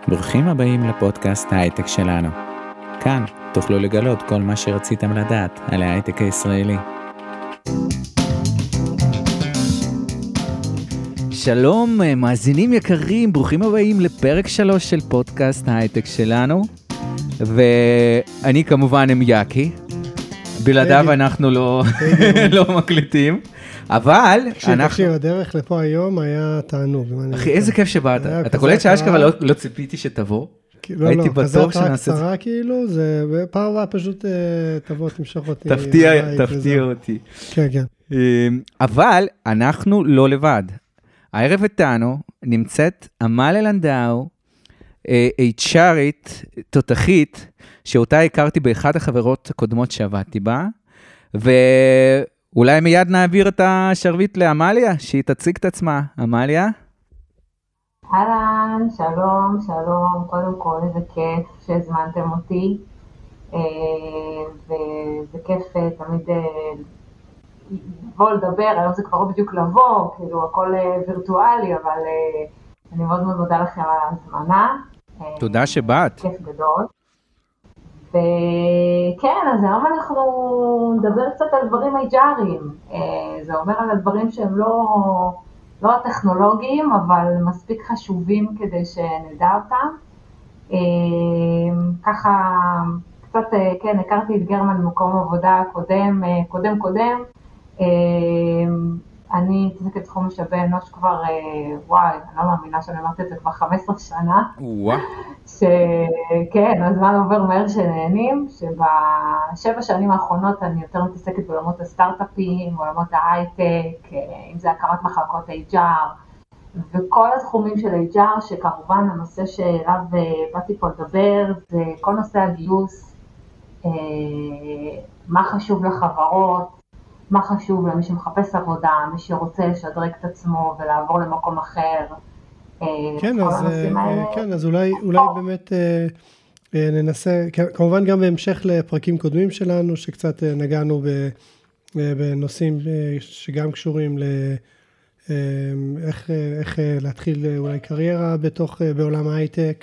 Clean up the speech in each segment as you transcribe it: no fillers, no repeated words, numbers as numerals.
ברוכים הבאים לפודקאסט ההייטק שלנו. כאן תוכלו לגלות כל מה שרציתם לדעת על ההייטק הישראלי. שלום מאזינים יקרים, ברוכים הבאים לפרק 3 של פודקאסט ההייטק שלנו. ואני כמובן עם יאקי. בלעדיו אנחנו לא מקליטים. אבל תקשיב, הדרך לפה היום היה תענוג. אחי, איזה כיף שבאת. אתה קולט שאשכרה לא ציפיתי שתבוא? הייתי בטוח שנעשה את זה. קצרה כאילו, זה פעם הבאה פשוט תבוא, תמשוך אותי. תפתיע אותי. כן, כן. אבל אנחנו לא לבד. הערב איתנו נמצאת עמליה לנדאו, HRית, תותחית, שאותה הכרתי באחת החברות הקודמות שעבדתי בה, ואולי מיד נעביר את השרביט לעמליה, שהיא תציג את עצמה. עמליה? אהלן, שלום, שלום, קודם כל איזה כיף שהזמנתם אותי, וזה כיף תמיד לבוא לדבר, היום זה כבר לא בדיוק לבוא, כאילו הכל וירטואלי, אבל אני מאוד מאוד מודה לכם על ההזמנה. תודה שבאת. כיף גדול. וכן, אז היום אנחנו נדבר קצת על דברים HR'ים, זה אומר על הדברים שהם לא הטכנולוגיים, אבל מספיק חשובים כדי שנדע אותם. ככה, קצת, כן, הכרתי את גרמן במקום עבודה קודם. אני מתעסקת בתחום משאבי אנוש כבר, וואי, אני לא מאמינה שאני אמרתי את זה כבר 15 שנה. וואו. כן, הזמן עובר מהר שנהנים, שבשבע שנים האחרונות אני יותר מתעסקת בעולמות הסטארט-אפים, בעולמות ההייטק, אם זה הקמת מחלקות HR, וכל התחומים של HR, שכמובן הנושא שאליו באתי פה לדבר, זה כל נושא הגיוס, מה חשוב לחברות, מה חשוב למי שמחפש עבודה, מי שרוצה לשדרג את עצמו ולעבור למקום אחר. כן, אז אולי באמת ננסה, כמובן גם בהמשך לפרקים קודמים שלנו, שקצת נגענו בנושאים שגם קשורים איך להתחיל אולי קריירה בעולם ההייטק,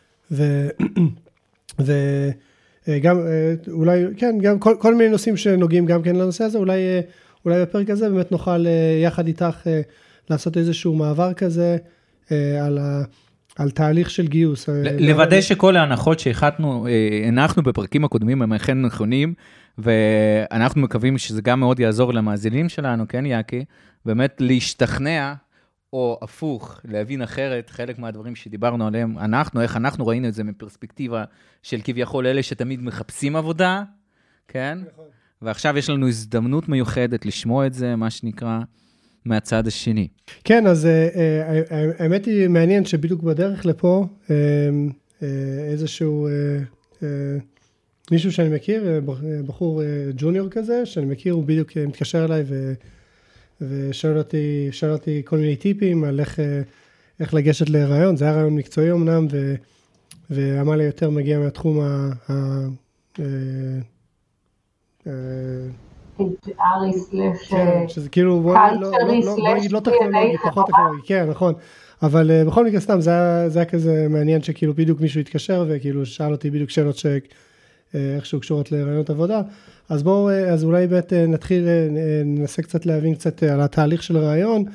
וגם אולי, כן, גם כל מיני נושאים שנוגעים גם כן לנושא הזה, אולי בפרק הזה באמת נוכל יחד איתך לעשות איזשהו מעבר כזה, על תהליך של גיוס. לוודא שכל ההנחות שהנחנו בפרקים הקודמים הם אכן נכונים, ואנחנו מקווים שזה גם מאוד יעזור למאזינים שלנו, כן יאקי? באמת להשתכנע, או הפוך, להבין אחרת חלק מהדברים שדיברנו עליהם, איך אנחנו ראינו את זה מפרספקטיבה של כביכול אלה שתמיד מחפשים עבודה, כן? נכון. ועכשיו יש לנו הזדמנות מיוחדת לשמוע את זה, מה שנקרא, מהצד השני. כן, אז האמת היא מעניין שבדיוק בדרך לפה, איזשהו מישהו שאני מכיר, בחור ג'וניור כזה, שאני מכיר, הוא בדיוק מתקשר אליי ושואל אותי כל מיני טיפים על איך לגשת לרעיון. זה היה רעיון מקצועי אמנם, ועמליה יותר מגיע מהתחום שזה כאילו, בוא נגיד לא טכנולוגי, פחות טכנולוגי, כן, נכון. אבל בכל מקרה סתם, זה היה כזה מעניין שכאילו בדיוק מישהו התקשר, וכאילו שאל אותי בדיוק שאלות שאיכשהו קשורות לרעיונות עבודה. אז אולי באמת נתחיל, ננסה קצת להבין קצת על התהליך של רעיון,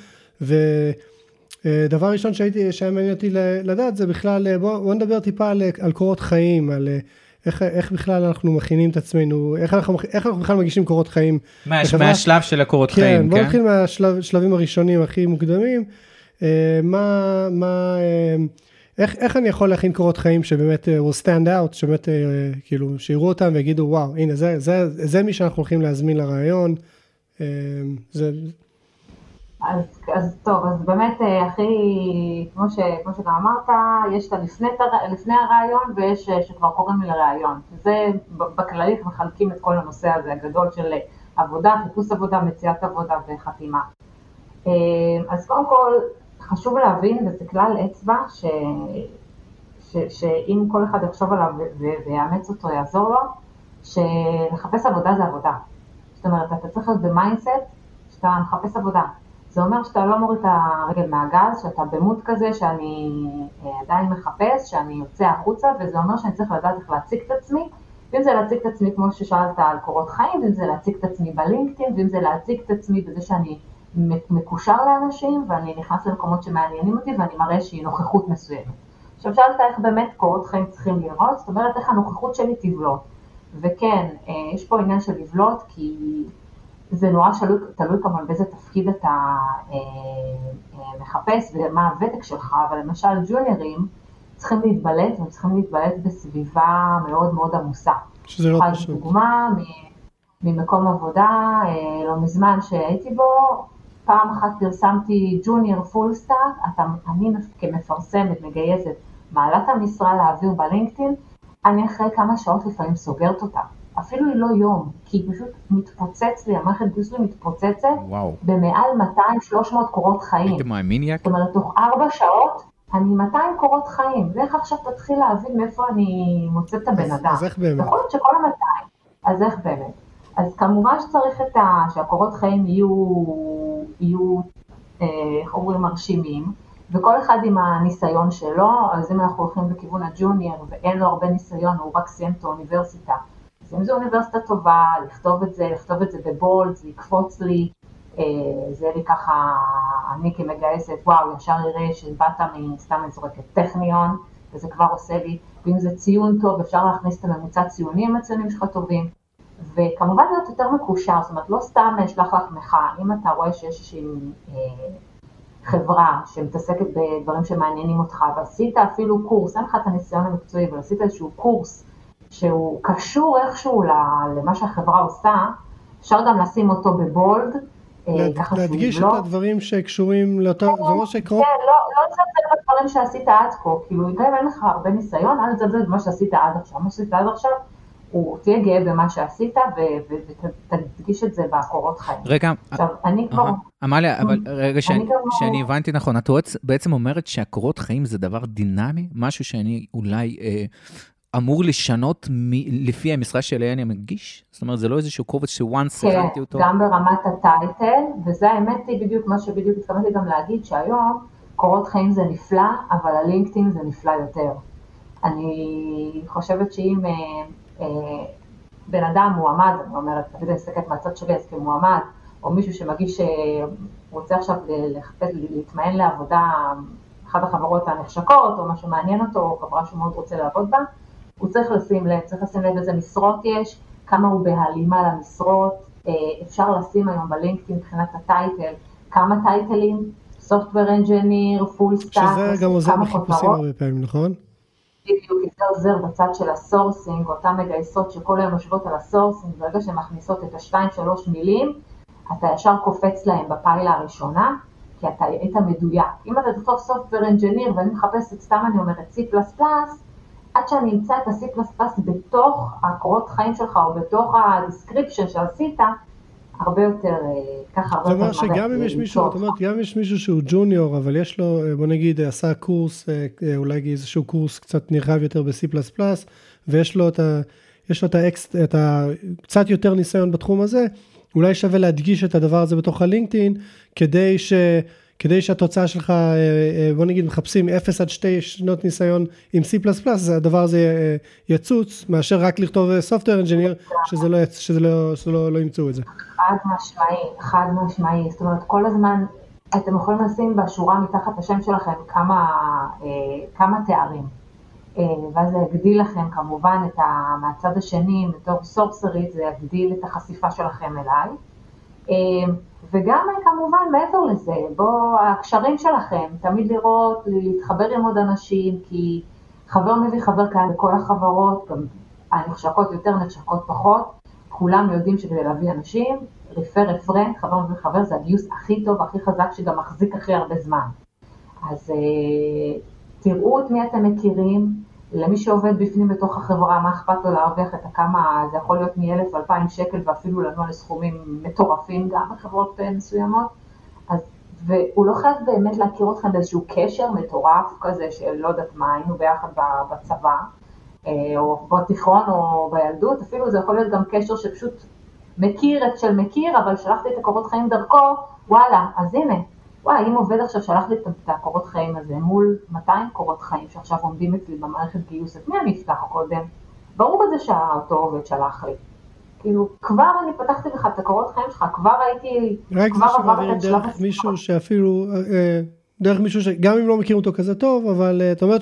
ודבר ראשון שהיה מעניין אותי לדעת, זה בכלל, בוא נדבר טיפה על קורות חיים, על איך בכלל אנחנו מכינים את עצמנו, איך אנחנו בכלל מגישים קורות חיים. מהשלב של הקורות חיים, כן? בוא נתחיל מהשלבים הראשונים הכי מוקדמים, איך אני יכול להכין קורות חיים שבאמת will stand out, שבאמת כאילו שיראו אותם ויגידו וואו, הנה זה מי שאנחנו הולכים להזמין לרעיון. אז טוב, אז באמת כמו שגם אמרת, יש את לפני הרעיון ויש שכבר קוראים לרעיון. זה בכללית מחלקים את כל הנושא הזה הגדול של עבודה, חיפוש עבודה, מציאת עבודה וחתימה. אז קודם כל חשוב להבין, וזה כלל אצבע, שאם כל אחד יחשוב עליו ויאמץ אותו, יעזור לו, שלחפש עבודה זה עבודה. זאת אומרת, אתה צריך להיות במיינדסט שאתה מחפש עבודה. זה אומר שאתה לא מוריד את הרגל מהגז, שאתה במוד כזה שאני עדיין מחפש, שאני יוצא החוצה, וזה אומר שאני צריך לדעת איך להציג את עצמי, ואם זה להציג את עצמי כמו ששאלת על קורות חיים, ואם זה להציג את עצמי בלינקדאין, ואם זה להציג את עצמי בזה שאני מקושר לאנשים, ואני נכנס למקומות שמעניינים אותי, ואני מראה שהיא נוכחות מסוימת. עכשיו שאלת איך באמת קורות חיים צריכים לראות, זאת אומרת איך הנוכחות שלי תבלוט. וכן, יש פה עניין של לבלוט, כי זה נורא תלוי כמובן באיזה תפקיד אתה מחפש ומה הוותק שלך, אבל למשל ג'וניורים צריכים להתבלט, והם צריכים להתבלט בסביבה מאוד מאוד עמוסה. שזה לא פשוט. דוגמה ממקום עבודה, לא מזמן שהייתי בו, פעם אחת פרסמתי ג'וניור פול סטאק, אני כמפרסמת מגייסת מעלת המשרה להעביר בלינקדאין, אני אחרי כמה שעות לפעמים סוגרת אותה. אפילו היא לא יום, כי היא פשוט מתפוצץ לי, המערכת גיוס לי מתפוצצת, במעל 200-300 קורות חיים. הייתם מאמין יק? זאת אומרת, תוך 4 שעות, אני 200 קורות חיים, ואיך עכשיו תתחיל להבין מאיפה אני מוצאת את הבן אדם. אז איך באמת? יכול להיות שכל 200, אז איך באמת? אז כמובן שצריך שהקורות חיים יהיו איך אומרים, מרשימים, וכל אחד עם הניסיון שלו, אז אם אנחנו הולכים בכיוון הג'וניור, ואין לו הרבה ניסיון, הוא רק סיים את האוניברסיטה, אז אם זו אוניברסיטה טובה, לכתוב את זה בבולד, זה יקפוץ לי, זה לי ככה, אני כמגייסת, וואו, ישר יראה שבאת מסתם אני זורקת טכניון, וזה כבר עושה לי, ואם זה ציון טוב, אפשר להכניס את הממוצע ציונים, הציונים שלך טובים, וכמובן להיות יותר מקושר, זאת אומרת, לא סתם אשלח לך מחאה, אם אתה רואה שיש איזושהי חברה שמתעסקת בדברים שמעניינים אותך, ועשית אפילו קורס, אין לך את הניסיון המקצועי, אבל עשית איזשהו קורס, שהוא קשור איכשהו למה שהחברה עושה, אפשר גם לשים אותו בבולד, להדגיש את הדברים שקשורים לאותה, זה אומר שקרוב? כן, לא לזלזל בדברים שעשית עד כה, כאילו אם אין לך הרבה ניסיון, אל תזלזל במה שעשית עד עכשיו, מה שעשית עד עכשיו, תהיה גאה במה שעשית, ותדגיש את זה בקורות חיים. רגע, אני כבר... אמליה, אבל רגע שאני הבנתי נכון, את בעצם אומרת שהקורות חיים זה דבר דינמי, משהו שאני אולי אמור לשנות לפי המשרה שלי אני מגיש? זאת אומרת, זה לא איזשהו קובץ שוואנס הכנתי אותו? כן, גם ברמת הטייטל, וזה האמת היא בדיוק מה שבדיוק התכוונתי גם להגיד, שהיום קורות חיים זה נפלא, אבל הלינקדאין זה נפלא יותר. אני חושבת שאם בן אדם מועמד, אני אומרת, תמיד אני מסתכלת מהצד שלי, אז כמועמד, או מישהו שמגיש, רוצה עכשיו להתמיין לעבודה, אחת החברות הנחשקות, או משהו מעניין אותו, או חברה שהוא מאוד רוצה לעבוד בה, הוא צריך לשים לב איזה משרות יש, כמה הוא בהלימה למשרות, אפשר לשים היום בלינקדאין מבחינת הטייטל, כמה טייטלים, Software Engineer, Full Stack, שזה גם עוזר בחיפושים הרבה פעמים, נכון? בדיוק, זה עוזר בצד של הסורסינג, אותן מגייסות שכל היום יושבות על הסורסינג, ברגע שהן מכניסות את 2-3 מילים, אתה ישר קופץ להם בפיילה הראשונה, כי אתה היית מדויק. אם אתה תכתוב Software Engineer, ואני מחפשת, סתם אני אומרת C++, עד שאני אמצא את ה-C++ בתוך הקורות חיים שלך, או בתוך ה-description שעשית, הרבה יותר, ככה הרבה יותר... זאת אומרת שגם אם יש מישהו, זאת אומרת, גם אם יש מישהו שהוא ג'וניור, אבל יש לו, בוא נגיד, עשה קורס, אולי איזשהו קורס קצת נרחב יותר ב-C++, ויש לו את קצת יותר ניסיון בתחום הזה, אולי שווה להדגיש את הדבר הזה בתוך הלינקדאין, כדי שהתוצאה שלך, בוא נגיד, מחפשים 0 עד 2 שנות ניסיון עם C++, הדבר הזה יצוץ, מאשר רק לכתוב Software Engineer, שזה לא ימצאו את זה. חד משמעי, זאת אומרת, כל הזמן אתם יכולים לשים בשורה מתחת השם שלכם כמה תארים, ואז זה יגדיל לכם כמובן מהצד השני, בתור סורסרית, זה יגדיל את החשיפה שלכם אליי, וגם כמובן מעבר לזה, הקשרים שלכם, תמיד לראות, להתחבר עם עוד אנשים, כי חבר מביא חבר כאן בכל החברות, גם הנחשקות יותר, נחשקות פחות, כולם יודעים שכדי להביא אנשים, רפרנד, חבר מביא חבר, זה הגיוס הכי טוב, הכי חזק, שגם מחזיק הכי הרבה זמן. אז תראו את מי אתם מכירים, למי שעובד בפנים בתוך החברה, מה אכפת לו להרוויח את הכמה, זה יכול להיות מ1,000 2,000 שקל, ואפילו לנוע לסכומים מטורפים גם בחברות מסוימות, והוא לא חייב באמת להכיר אתכם באיזשהו קשר מטורף כזה, שלא יודעת מה, היינו ביחד בצבא, או בתיכון או בילדות, אפילו זה יכול להיות גם קשר שפשוט מכיר את של מכיר, אבל שלחתי את הקורות חיים דרכו, וואלה, אז הנה, וואי, אם עובד עכשיו שלח לי את הקורות חיים הזה מול 200 קורות חיים שעכשיו עומדים אצלי במערכת גיוס, את מי אני אפתח קודם? ברור בזה שאותו עובד שלח לי. כאילו, כבר אני פתחתי לך את הקורות חיים שלך, כבר הייתי, כבר עברתי את שלב דרך מישהו שאפילו, דרך מישהו שגם אם לא מכירים אותו כזה טוב, אבל את אומרת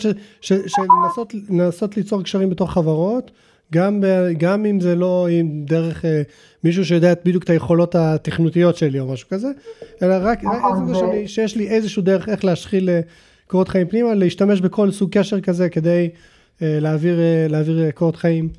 שנסות ליצור קשרים בתוך חברות, גם אם זה לא דרך מישהו שיודע בדיוק את היכולות התכנותיות שלי או משהו כזה, אלא רק שיש לי איזשהו דרך איך להשחיל קורות חיים פנימה, להשתמש בכל סוג קשר כזה כדי להעביר קורות חיים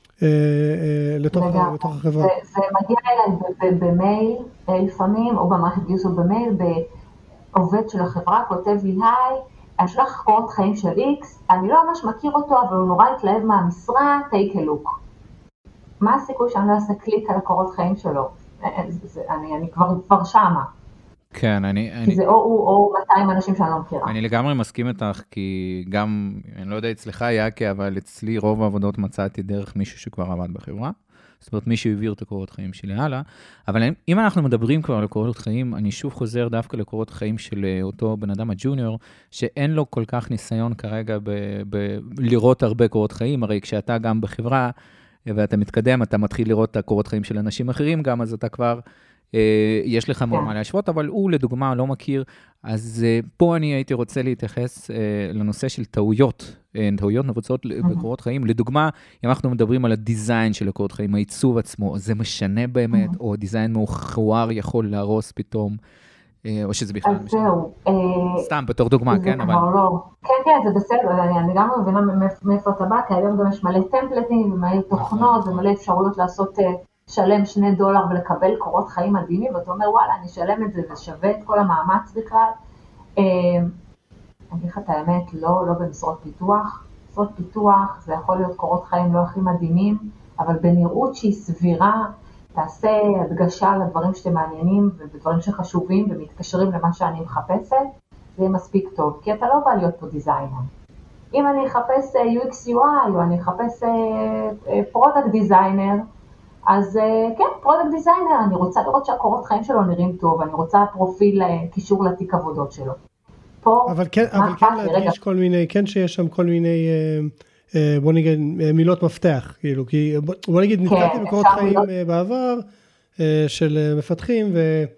לתוך החברה. זה מגיע אליי במייל לפעמים, או במערכת גיוס או במייל, בעובד של החברה כותב לי, היי, אני שלח קורות חיים של X, אני לא ממש מכיר אותו, אבל הוא נורא התלהב מהמשרה, take a look. מה הסיכוי שאני לא אעשה קליק על הקורות חיים שלו? אני כבר שמה. כן, כי זה או הוא או 200 אנשים שאני לא מכירה. אני לגמרי מסכים איתך, כי גם, אני לא יודע אצלך יאקי, אבל אצלי רוב העבודות מצאתי דרך מישהו שכבר עבד בחברה. זאת אומרת, מישהו העביר את הקורות חיים שלי הלאה. אבל אם אנחנו מדברים כבר על קורות חיים, אני שוב חוזר דווקא לקורות חיים של אותו בן אדם הג'וניור, שאין לו כל כך ניסיון כרגע לראות הרבה קורות חיים, הרי כשאתה גם בחברה, ואתה מתקדם, אתה מתחיל לראות את הקורות חיים של אנשים אחרים גם, אז אתה כבר, יש לך מה להשוות, אבל הוא לדוגמה לא מכיר, אז פה אני הייתי רוצה להתייחס לנושא של טעויות נבוצעות בקורות חיים. לדוגמה, אם אנחנו מדברים על הדיזיין של הקורות חיים, העיצוב עצמו, זה משנה באמת, או דיזיין מאוחר יכול להרוס פתאום, או שזה בכלל משנה. סתם בתור דוגמה, כן? אבל לא. כן, זה בסדר, אני גם מבינה מאיפה אתה בא, כי היום גם יש מלא טמפלטים, ומלא תוכנות, ומלא אפשרויות לעשות שלם $2 ולקבל קורות חיים מדהימים, ואתה אומר, וואלה, אני אשלם את זה, ושווה את כל המאמץ בכלל. אני אגיד לך את האמת, לא במשרות פיתוח. משרות פיתוח זה יכול להיות קורות חיים לא הכי מדהימים, אבל בנראות שהיא סבירה, תעשה הדגשה לדברים שאתם מעניינים, ובדברים שחשובים, ומתקשרים למה שאני מחפשת, זה יהיה מספיק טוב, כי אתה לא בא להיות פה דיזיינר. אם אני אחפש UX UI, או אני אחפש פרודקט דיזיינר, אז כן, פרודקט דיזיינר, אני רוצה לראות שהקורות חיים שלו נראים טוב, אני רוצה פרופיל קישור לתיק עבודות שלו. אבל כן להדגיש כל מיני, כן שיש שם כל מיני, בוא נגיד, מילות מפתח, כאילו, כי בוא נגיד, נתקלתי בקורות חיים בעבר של מפתחים,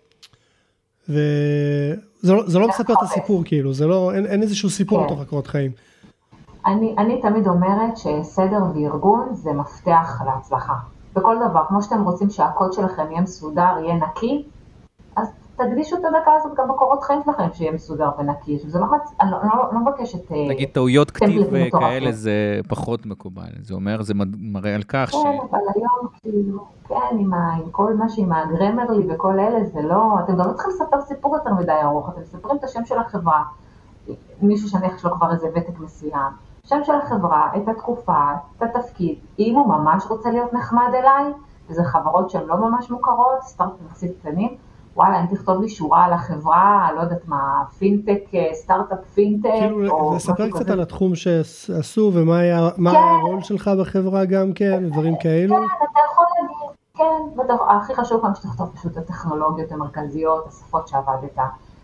וזה לא מספר את הסיפור, כאילו, אין איזשהו סיפור בתוך הקורות חיים. אני תמיד אומרת שסדר וארגון זה מפתח להצלחה. בכל דבר, כמו שאתם רוצים שהקוד שלכם יהיה מסודר, יהיה נקי, אז תקדישו את הדקה הזאת גם בקורות חיים שלכם שיהיה מסודר ונקי. אני לא מבקשת... נגיד טעויות כתיב וכאלה זה פחות מקובל. זה אומר, זה מראה על כך כן, אבל היום כאילו, כן, עם כל מה שעם הגרמרלי וכל אלה, זה לא... אתם גם לא צריכים לספר סיפור יותר מדי ארוך, אתם מספרים את השם של החברה, מישהו שאני יש לו כבר איזה ותק מסוים, שם של החברה, את התקופה, את התפקיד, אם הוא ממש רוצה להיות נחמד אליי, וזה חברות שהן לא ממש מוכרות, סטארט-אפ יחסית קטנים, וואלה, אם תכתוב לי שורה על החברה, לא יודעת מה, פינטק, סטארט-אפ פינטק, כאילו, לספר קצת על התחום שעשו, ומה היה הרול שלך בחברה גם כן, דברים כאלו? כן, אתה יכול להגיד, כן, הכי חשוב כאן שתכתוב פשוט את הטכנולוגיות המרכזיות, השפות שעבדת,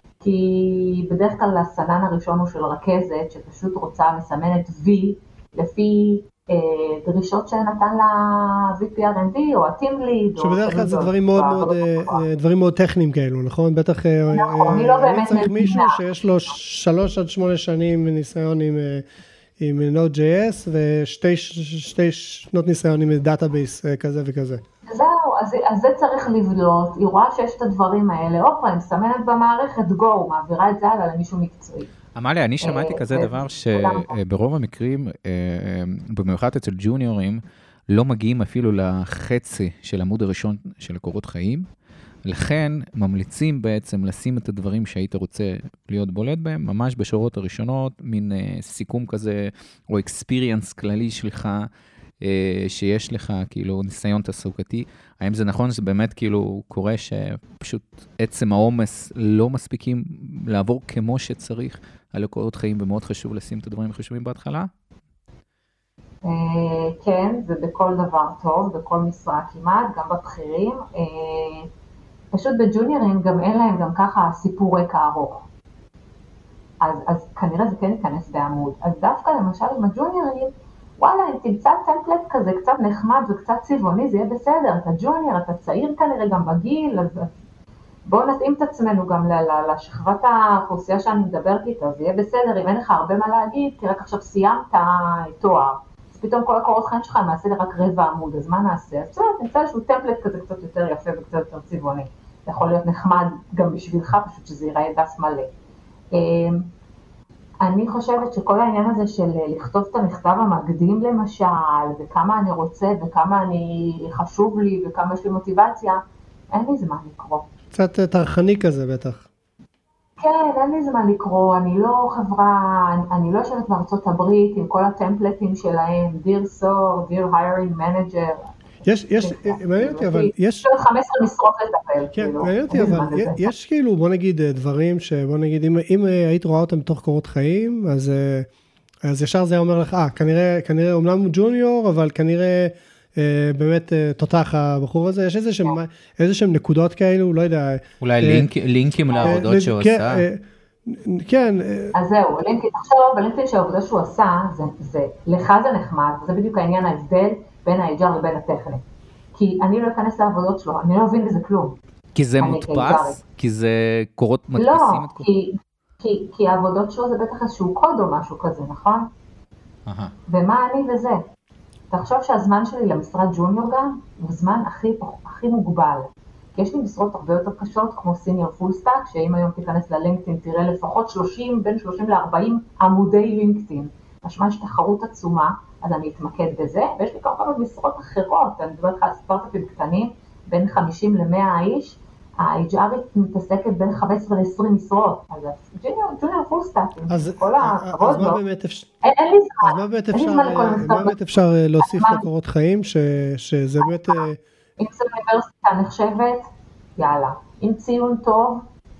כי בדרך כלל הסנן הראשון הוא של רכזת, שפשוט רוצה מסמנת V, לפי דרישות שנתן לה VPRND או ה-Team Lead. שבדרך כלל זה דברים מאוד טכניים כאלו, נכון? בטח אני צריך מישהו שיש לו 3 עד 8 שנים ניסיון עם Node.js ו2 שנות ניסיון עם דאטאבייס כזה וכזה. זהו, אז זה צריך לבלוט, היא רואה שיש את הדברים האלה, אופה, אני מסמנת במערכת Go, מעבירה את זה הלאה למישהו מקצועי. אמריה, אני שמעתי כזה דבר שברוב המקרים, במיוחד אצל ג'וניורים, לא מגיעים אפילו לחצי של עמוד הראשון של הקורות חיים, לכן ממליצים בעצם לשים את הדברים שהיית רוצה להיות בולט בהם, ממש בשורות הראשונות, מין סיכום כזה, או experience כללי שלך, שיש לך כאילו ניסיון תעסוקתי. האם זה נכון שזה באמת כאילו קורה שפשוט עצם העומס לא מספיקים לעבור כמו שצריך על הקורות חיים, ומאוד חשוב לשים את הדברים החשובים בהתחלה? כן, זה בכל דבר טוב, בכל משרה כמעט, גם בבחירים. פשוט בג'וניורים גם אין להם גם ככה סיפור רקע ארוך. אז כנראה זה כן ייכנס בעמוד. אז דווקא למשל עם הג'וניורים, וואלה, אם תמצא טמפלט כזה קצת נחמד וקצת צבעוני, זה יהיה בסדר. אתה ג'וניור, אתה צעיר כנראה גם בגיל, אז בואו נתאים את עצמנו גם לשכבת האוכלוסייה שאני מדברת איתה, זה יהיה בסדר. אם אין לך הרבה מה להגיד, כי רק עכשיו סיימת תואר, אז פתאום כל הקורות חיים שלך מעשה לי רק רבע עמוד, אז מה נעשה? אז בסדר, תמצא איזשהו טמפלט כזה קצת יותר יפה וקצת יותר צבעוני. זה יכול להיות נחמד גם בשבילך, פשוט שזה ייראה דף מלא. אני חושבת שכל העניין הזה של לכתוב את המכתב המקדים למשל, וכמה אני רוצה, וכמה חשוב לי, וכמה יש לי מוטיבציה, אין לי זמן לקרוא. קצת תרחני כזה בטח. כן, אין לי זמן לקרוא, אני לא חברה, אני לא יושבת בארצות הברית עם כל הטמפלטים שלהם, Dear So, Dear Hiring Manager. מעניין אותי, אבל יש 15 משרות לטפל. כן, מעניין אותי, אבל יש כאילו, בוא נגיד, דברים שבוא נגיד, אם היית רואה אותם בתוך קורות חיים, אז ישר זה אומר לך, כנראה אומנם הוא ג'וניור, אבל כנראה באמת תותח הבחור הזה, יש איזה שהם נקודות כאלו, לא יודע. אולי לינקים לעבודות שהוא עשה? כן. אז זהו, תחשוב, בלינקים שהעבודה שהוא עשה, לך זה נחמד, וזה בדיוק העניין ההבדל בין ה-HR ובין הטכני. כי אני לא אכנס לעבודות שלו, אני לא מבין בזה כלום. כי זה מודפס? כי זה קורות מדפיסים? לא, כי העבודות שלו זה בטח איזשהו קוד או משהו כזה, נכון? ומה אני וזה? תחשוב שהזמן שלי למשרד ג'וניור גם, הוא זמן הכי מוגבל. כי יש לי משרות הרבה יותר קשות, כמו סיניור פול סטאק, שאם היום תיכנס ללינקדאין, תראה לפחות בין 30 ל-40 עמודי לינקדאין. משמע יש תחרות עצומה, אז אני אתמקד בזה, ויש לי כמה משרות אחרות, אני מדברת לך על סטארט-אפים קטנים, בין 50 ל-100 איש, ה-HRית מתעסקת בין 15 ל-20 משרות, אז ג'וניור פול סטאק, כל הכבוד לו, אין לי זמן, מה באמת אפשר להוסיף לקורות חיים, שזה באמת... אם זה אוניברסיטה נחשבת, יאללה, עם ציון טוב,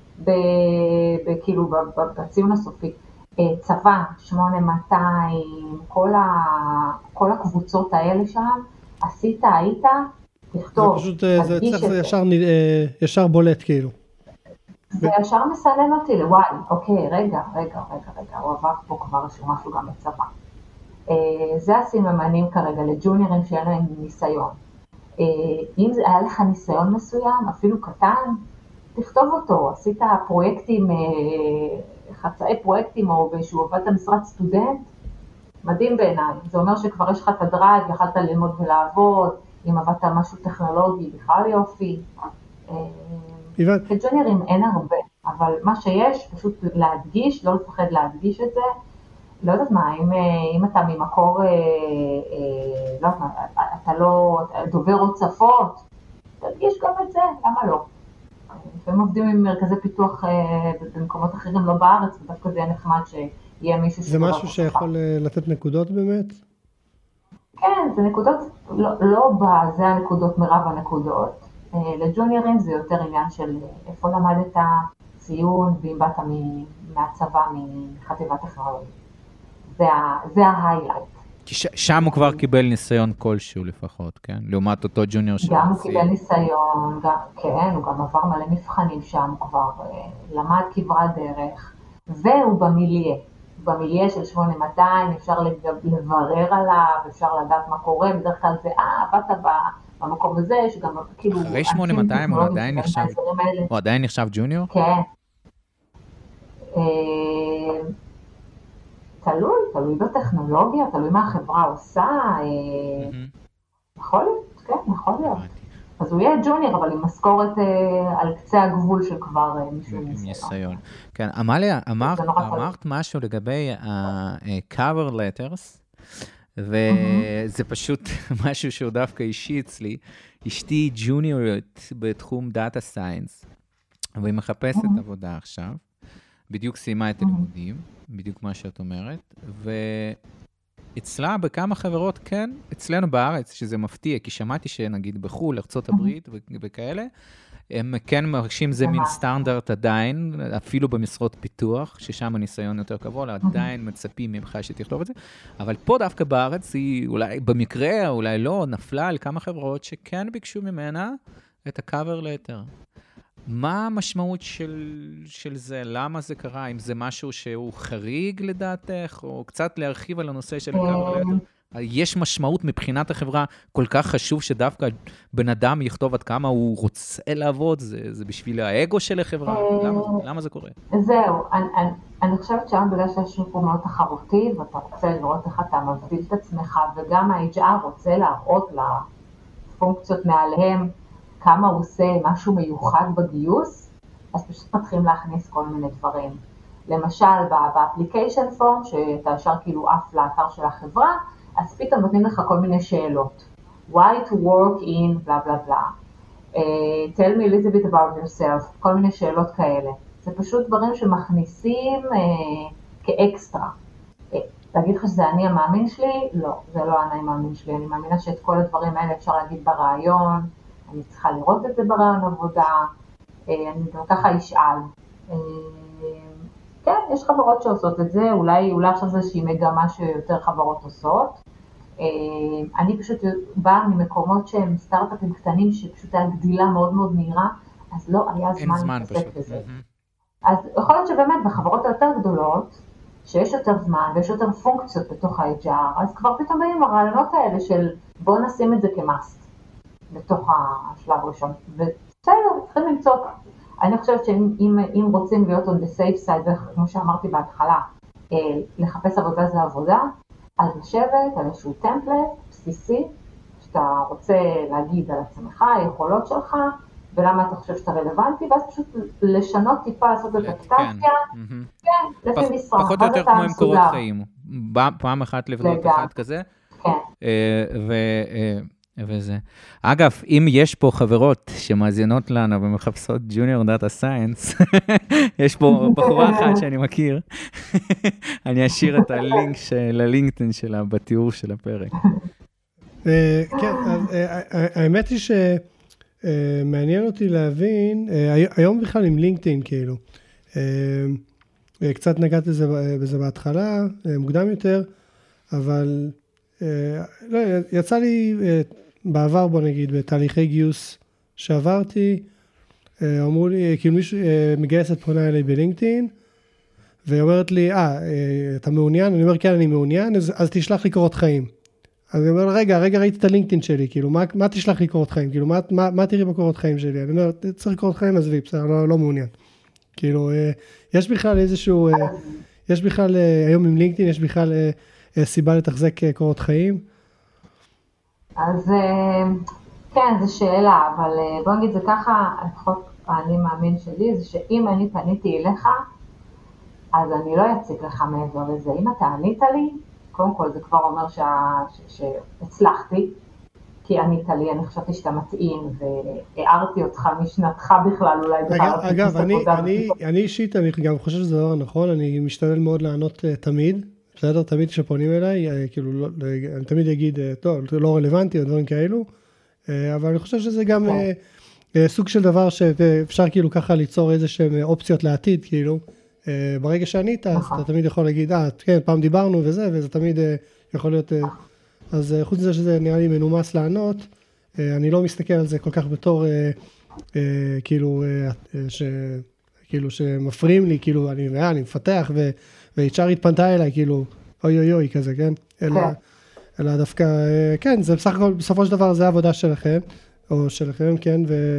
כאילו בציון הסופי, צבא, 8200, כל הקבוצות האלה שם, היית, תכתוב. זה צריך ישר בולט כאילו. זה ישר מסנן אותי לוואי, אוקיי, רגע, הוא עבר פה כבר משהו גם בצבא. זה הסממנים כרגע לג'וניורים שאין להם ניסיון. אם היה לך ניסיון מסוים, אפילו קטן, תכתוב אותו, עשית פרויקטים, חצאי פרויקטים או באיזשהו עבדת משרת סטודנט, מדהים בעיניי. זה אומר שכבר יש לך את הדרייב, יכלת ללמוד ולעבוד, אם עבדת משהו טכנולוגי, בכלל יופי. כג'וניורים אין הרבה, אבל מה שיש, פשוט להדגיש, לא לפחד להדגיש את זה. לא יודעת מה, אם אתה ממקור, לא יודעת מה, אתה לא דובר עוד שפות, תדגיש גם את זה, למה לא? לפעמים עובדים עם מרכזי פיתוח במקומות אחרים, לא בארץ, ודווקא זה יהיה נחמד שיהיה מישהו זה משהו שיכול לתת נקודות באמת? כן, זה נקודות, לא זה הנקודות, מרב הנקודות. לג'וניורים זה יותר עניין של איפה למדת ציון, ואם באת מהצבא, מחטיבת טכנולוגית. זה ההיילייט. כי שם הוא כבר קיבל ניסיון כלשהו לפחות, כן? לעומת אותו ג'וניור שהוא גם הוא קיבל ניסיון, כן, הוא גם עבר מלא מבחנים שם, הוא כבר למד כברת דרך, והוא במיליה של 8200, אפשר לברר עליו, אפשר לדעת מה קורה, בדרך כלל זה, באת במקום הזה, שגם כאילו... אחרי 8200 הוא עדיין נחשב ג'וניור? כן. תלוי בטכנולוגיה, תלוי מה החברה עושה, יכול להיות, כן, יכול להיות. אז הוא יהיה ג'וניור, אבל עם משכורת על קצה הגבול של כבר מישהו עם ניסיון. כן, אמליה, אמרת משהו לגבי ה-cover letters, וזה פשוט משהו שהוא דווקא אישי אצלי. אשתי ג'וניורית בתחום דאטה סיינס, והיא מחפשת עבודה עכשיו. בדיוק סיימה את הלימודים, בדיוק מה שאת אומרת, ואצלה בכמה חברות, כן, אצלנו בארץ, שזה מפתיע, כי שמעתי שנגיד בחול, ארצות הברית וכאלה, הם כן מרגישים זה מין סטנדרט עדיין, אפילו במשרות פיתוח, ששם הניסיון יותר קבוע, עדיין מצפים ממך שתכתוב את זה, אבל פה דווקא בארץ היא אולי במקרה, אולי לא, נפלה על כמה חברות שכן ביקשו ממנה את ה-cover letter. מה המשמעות של זה? למה זה קרה? אם זה משהו שהוא חריג לדעתך, או קצת להרחיב על הנושא של כמה יש משמעות מבחינת החברה כל כך חשוב שדווקא בן אדם יכתוב עד כמה הוא רוצה לעבוד, זה בשביל האגו של החברה? למה זה קורה? זהו, אני חושבת שהיום בגלל שיש פה מאוד תחרותי, ואתה רוצה לראות איך אתה מבדיל את עצמך, וגם ה-HR רוצה להראות לפונקציות מעליהם כמה הוא עושה משהו מיוחד בגיוס, אז פשוט מתחילים להכניס כל מיני דברים. למשל, באפליקיישן פורם, שאתה ישר כאילו אף לאתר של החברה, אז פתאום נותנים לך כל מיני שאלות. Why to work in, בלה בלה בלה. Tell me a little bit about yourself, כל מיני שאלות כאלה. זה פשוט דברים שמכניסים כאקסטרה. להגיד לך שזה אני המאמין שלי? לא, זה לא אני המאמין שלי. אני מאמינה שאת כל הדברים האלה אפשר להגיד ברעיון, אני צריכה לראות את זה ברעיון עבודה, אני גם ככה אשאל. כן, יש חברות שעושות את זה, אולי עכשיו זה שהיא מגמה שיותר חברות עושות. אני פשוט באה ממקומות שהם סטארט-אפים קטנים, שפשוט היה גדילה מאוד מאוד מהירה, אז לא היה זמן להתעסק בזה. אז יכול להיות שבאמת בחברות היותר גדולות, שיש יותר זמן ויש יותר פונקציות בתוך ה-HR, אז כבר פתאום באים הרעיונות האלה של בוא נשים את זה כמאסט בתוך השלב הראשון. ובסדר, צריכים למצוא. אני חושבת שאם רוצים להיות on the safe side, כמו שאמרתי בהתחלה, לחפש עבודה זה עבודה, אז לשבת על איזשהו טמפלט בסיסי, שאתה רוצה להגיד על עצמך, היכולות שלך, ולמה אתה חושב שאתה רלוונטי, ואז פשוט לשנות טיפה, לעשות את הקטציה, כן, לפי משרה. פחות או יותר כמו עם קורות חיים, פעם אחת לבנות אחד כזה, וזה. אגב, אם יש פה חברות שמאזינות לנו ומחפשות ג'וניור דאטה סיינס, יש פה בחורה אחת שאני מכיר, אני אשאיר את הלינק ללינקדאין שלה בתיאור של הפרק. כן, האמת היא שמעניין אותי להבין, היום בכלל עם לינקדאין כאילו, קצת נגעתי בזה בהתחלה, מוקדם יותר, אבל לא, יצא לי בעבר, בוא נגיד, בתהליכי גיוס שעברתי, אמרו לי, כאילו מישהו מגייסת פונה אליי בלינקדאין, והיא אומרת לי, אתה מעוניין? אני אומר, כן, אני מעוניין, אז תשלח לי קורות חיים. אז אני אומר, רגע, ראיתי את הלינקדאין שלי, כאילו, מה תשלח לי קורות חיים? כאילו, מה תראי בקורות חיים שלי? אני אומר, צריך קורות חיים, עזבי, בסדר, לא מעוניין. כאילו, יש בכלל איזשהו, יש בכלל, היום עם לינקדאין, יש בכלל סיבה לתחזק קורות חיים? אז כן, זו שאלה, אבל בוא נגיד זה ככה, לפחות אני מאמין שלי, זה שאם אני פניתי אליך, אז אני לא אציג לך מעבר לזה. אם אתה ענית לי, קודם כל זה כבר אומר שהצלחתי, כי ענית לי, אני חשבתי שאתה מתאים, והערתי אותך משנתך בכלל, אולי בכלל. אגב, אני אישית, אני גם חושב שזה דבר נכון, אני משתדל מאוד לענות תמיד, בסדר, תמיד כשפונים אליי, כאילו, אני תמיד אגיד, טוב, לא רלוונטי או דברים כאלו, אבל אני חושב שזה גם סוג של דבר שאפשר כאילו ככה ליצור איזה שהן אופציות לעתיד, כאילו, ברגע שענית, אז אתה תמיד יכול להגיד, כן, פעם דיברנו וזה תמיד יכול להיות, אז חוץ מזה שזה נראה לי מנומס לענות, אני לא מסתכל על זה כל כך בתור, כאילו שמפריעים לי, כאילו אני מפתח ו-HR התפנתה אליי, כאילו, אוי כזה, כן? אלא דווקא, כן, זה בסך הכל, בסופו של דבר זה העבודה שלכם, או שלכם, כן,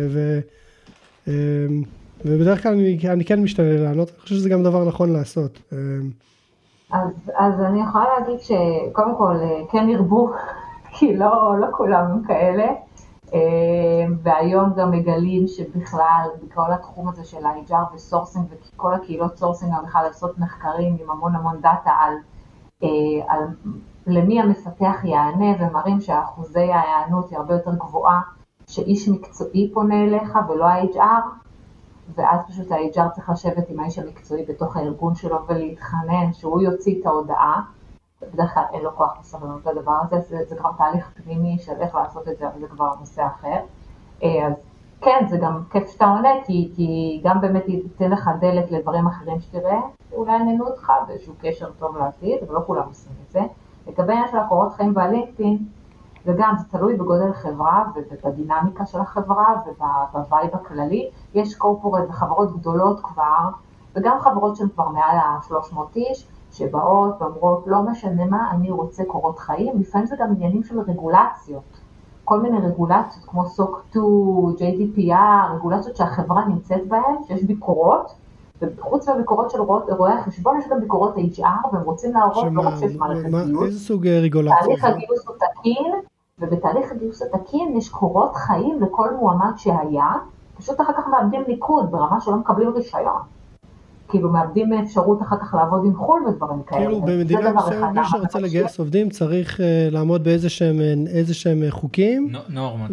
ובדרך כלל אני כן משתדל לענות, אני חושב שזה גם דבר נכון לעשות. אז אני יכולה להגיד שקודם כל, כן ירבו, כי לא כולם הם כאלה, והיום גם מגלים שבכלל, בכל התחום הזה של ה-HR וסורסינג, וכל הקהילות סורסינג, גם בכלל לעשות מחקרים עם המון דאטה על למי המפתח יענה, ומראים שהאחוזי ההיענות היא הרבה יותר גבוהה, שאיש מקצועי פונה אליך ולא ה-HR, ואז פשוט ה-HR צריך לשבת עם האיש המקצועי בתוך הארגון שלו ולהתחנן שהוא יוציא את ההודעה, בדרך כלל אין לו כוח בסבלנות לדבר הזה, זה כבר תהליך פנימי של איך לעשות את זה, אבל זה כבר נושא אחר. אז כן, זה גם כיף שאתה עונה, כי גם באמת ייתן לך דלת לדברים אחרים שתראה, שאולי עניינו אותך באיזשהו קשר טוב לעתיד, אבל לא כולם עושים את זה. לגבי העניין של הקורות חיים והלינקדאין, וגם זה תלוי בגודל חברה ובדינמיקה של החברה ובווייב הכללי. יש קורפורט וחברות גדולות כבר, וגם חברות שהן כבר מעל ה-300 איש, שבאות ואומרות, לא משנה מה, אני רוצה קורות חיים. לפעמים זה גם עניינים של רגולציות. כל מיני רגולציות כמו SOC 2, JDPR, רגולציות שהחברה נמצאת בהן, שיש ביקורות, וחוץ מהביקורות של רואי החשבון, יש גם ביקורות HR, והם רוצים להראות לא רק שיש מערכת גיוס. איזה סוג רגולציה? תהליך הגיוס הוא תקין, ובתהליך הגיוס התקין יש קורות חיים לכל מועמד שהיה, פשוט אחר כך מאבדים ניקוד ברמה שלא מקבלים רישיון. כאילו מאבדים אפשרות אחר כך לעבוד עם חול ודברים כאלה. כאילו במדינה מסוימת מי שרוצה לגייס עובדים צריך לעמוד באיזה שהם חוקים. נורמות.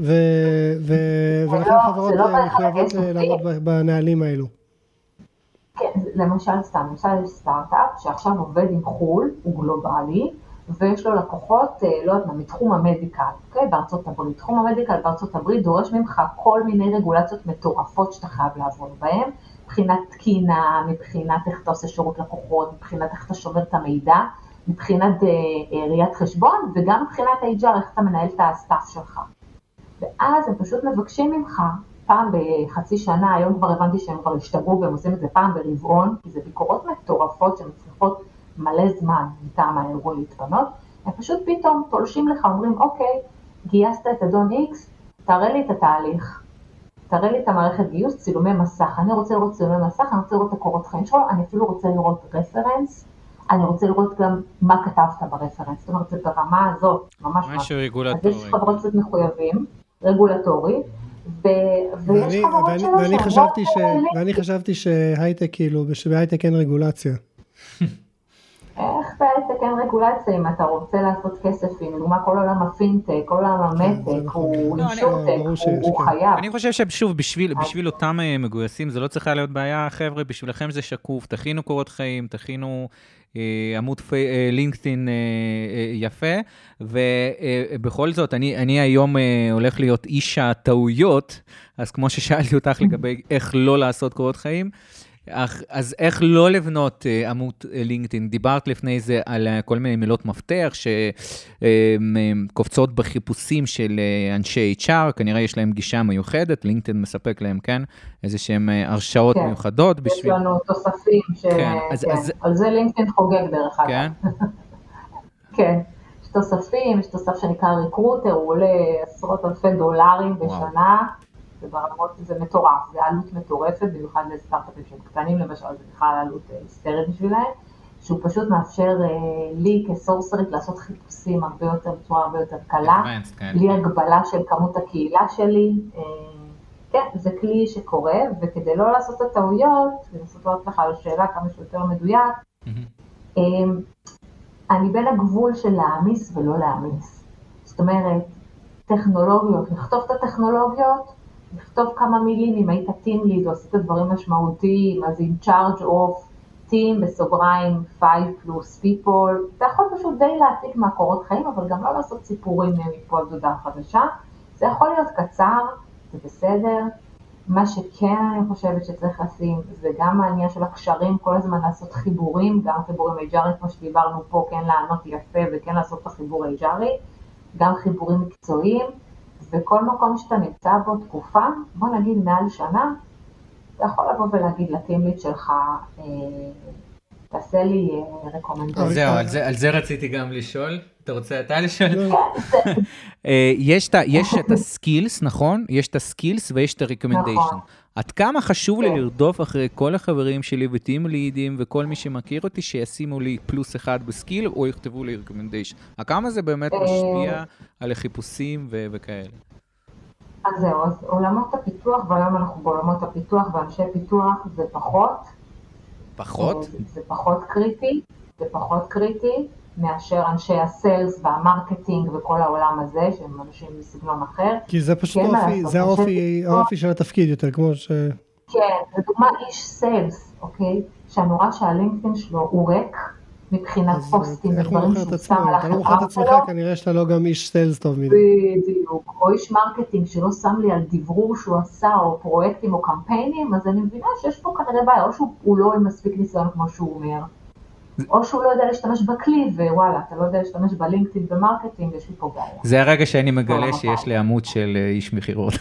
ולכן חברות מחויבות לעמוד בנהלים האלו. כן, למשל יש סטארט-אפ שעכשיו עובד עם חול, הוא גלובלי, ויש לו לקוחות, לא יודעת מה, מתחום המדיקל, אוקיי? בארצות הברית. תחום המדיקל בארצות הברית דורש ממך כל מיני רגולציות מטורפות שאתה חייב לעבוד בהן, מבחינת תקינה, מבחינת איך אתה עושה שירות לקוחות, מבחינת איך אתה שובר את המידע, מבחינת ראיית חשבון, וגם מבחינת HR, איך אתה מנהל את הסטאפ שלך. ואז הם פשוט מבקשים ממך, פעם בחצי שנה, היום כבר הבנתי שהם כבר השתגעו, והם עושים את זה פעם ברבעון, כי זה ביקורות מטורפות שמצריכות מלא זמן מטעם הארגון להתפנות, הם פשוט פתאום תולשים לך, אומרים, אוקיי, גייסת את אדון X, תראה לי את התהליך. תראה לי את המערכת גיוס, צילומי מסך, אני רוצה לראות צילומי מסך, אני רוצה לראות את הקורות חיים שלו, אני אפילו רוצה לראות רפרנס, אני רוצה לראות גם מה כתבת ברפרנס, זאת אומרת, זה ברמה הזאת, ממש משהו רגולטורי. אז יש חברות קצת מחויבים, רגולטורי, ויש חברות שלא ואני חשבתי שהייטק, כאילו, שבהייטק אין רגולציה. איך בהייטק אין רגולציה אם אתה רוצה לעשות כסף, אם לדוגמה כל עולם הפינטק, כל עולם המטק, הוא אינשורטק, הוא חייב. אני חושב ששוב, בשביל אותם מגויסים, זה לא צריכה להיות בעיה, חבר'ה, בשבילכם זה שקוף, תכינו קורות חיים, תכינו עמוד לינקדאין יפה, ובכל זאת, אני היום הולך להיות איש הטעויות, אז כמו ששאלתי אותך לגבי איך לא לעשות קורות חיים, אז איך לא לבנות עמוד לינקדאין? דיברת לפני זה על כל מיני מילות מפתח שקופצות בחיפושים של אנשי HR, כנראה יש להם גישה מיוחדת, לינקדאין מספק להם, כן, איזה שהם הרשאות מיוחדות. יש לנו תוספים, על זה לינקדאין חוגג דרך אגב. כן? כן, יש תוספים, יש תוסף שנקרא ריקרוטר, הוא עולה עשרות אלפי דולרים בשנה, וברמות זה מטורף, זה עלות מטורפת, במיוחד לסטארט-אפים שהם קטנים, למשל, זה בכלל עלות היסטרית בשבילהם, שהוא פשוט מאפשר לי כסורסרית לעשות חיפושים בצורה הרבה יותר קלה, בלי הגבלה של כמות הקהילה שלי. כן, זה כלי שקורה, וכדי לא לעשות את הטעויות, ולנסות לעשות לך על שאלה כמה שיותר מדויק, אני בין הגבול של להעמיס ולא להעמיס. זאת אומרת, טכנולוגיות, לכתוב את הטכנולוגיות, לכתוב כמה מילים, אם היית טים ליד או עשית דברים משמעותיים, אז in charge of team בסוגריים 5 plus people, אתה יכול פשוט די להעתיק מהקורות חיים, אבל גם לא לעשות סיפורים מפה על דודה חדשה, זה יכול להיות קצר, זה בסדר, מה שכן אני חושבת שצריך לשים, זה גם העניין של הקשרים, כל הזמן לעשות חיבורים, גם חיבורים HR'י, כמו שדיברנו פה, כן לענות יפה וכן לעשות את החיבור HR'י, גם חיבורים מקצועיים, וכל מקום שאתה נמצא בו תקופה, בוא נגיד מעל שנה, אתה יכול לבוא ולהגיד לטימליד שלך, תעשה לי רקומנדציה. זהו, על זה רציתי גם לשאול. אתה רוצה אתה לשאול? יש את הסקילס, נכון? יש את הסקילס ויש את הרקומנדיישן. עד כמה חשוב לי לרדוף אחרי כל החברים שלי וטים לידים וכל מי שמכיר אותי שישימו לי +1 בסקיל או יכתבו לי רקומנדיישן. כמה זה באמת משפיע על החיפושים וכאלה? אז זהו, אז עולמות הפיתוח, והיום אנחנו בעולמות הפיתוח ואנשי פיתוח זה פחות. פחות? זה פחות קריטי מאשר אנשי הסיילס והמרקטינג וכל העולם הזה, שהם אנשים מסגנון אחר. כי זה פשוט זה האופי של התפקיד יותר, כמו ש... כן, לדוגמה איש סיילס, אוקיי? שאני רואה שהלינקדאין שלו הוא ריק, מבחינת פוסטים ודברים שהוא שם על אתה לא מוכר את עצמך, כנראה שאתה לא גם איש סיילס טוב מדי. בדיוק, או איש מרקטינג שלא שם לי על דברור שהוא עשה, או פרויקטים או קמפיינים, אז אני מבינה שיש פה כנראה בעיה, או שהוא לא עם מספיק ניסיון כמו שהוא אומר. או שהוא לא יודע להשתמש בכלי, ווואלה, אתה לא יודע להשתמש בלינקדאין במרקטינג, יש לי פה בעיה. זה הרגע שאני מגלה שיש לי עמוד של איש מחירות.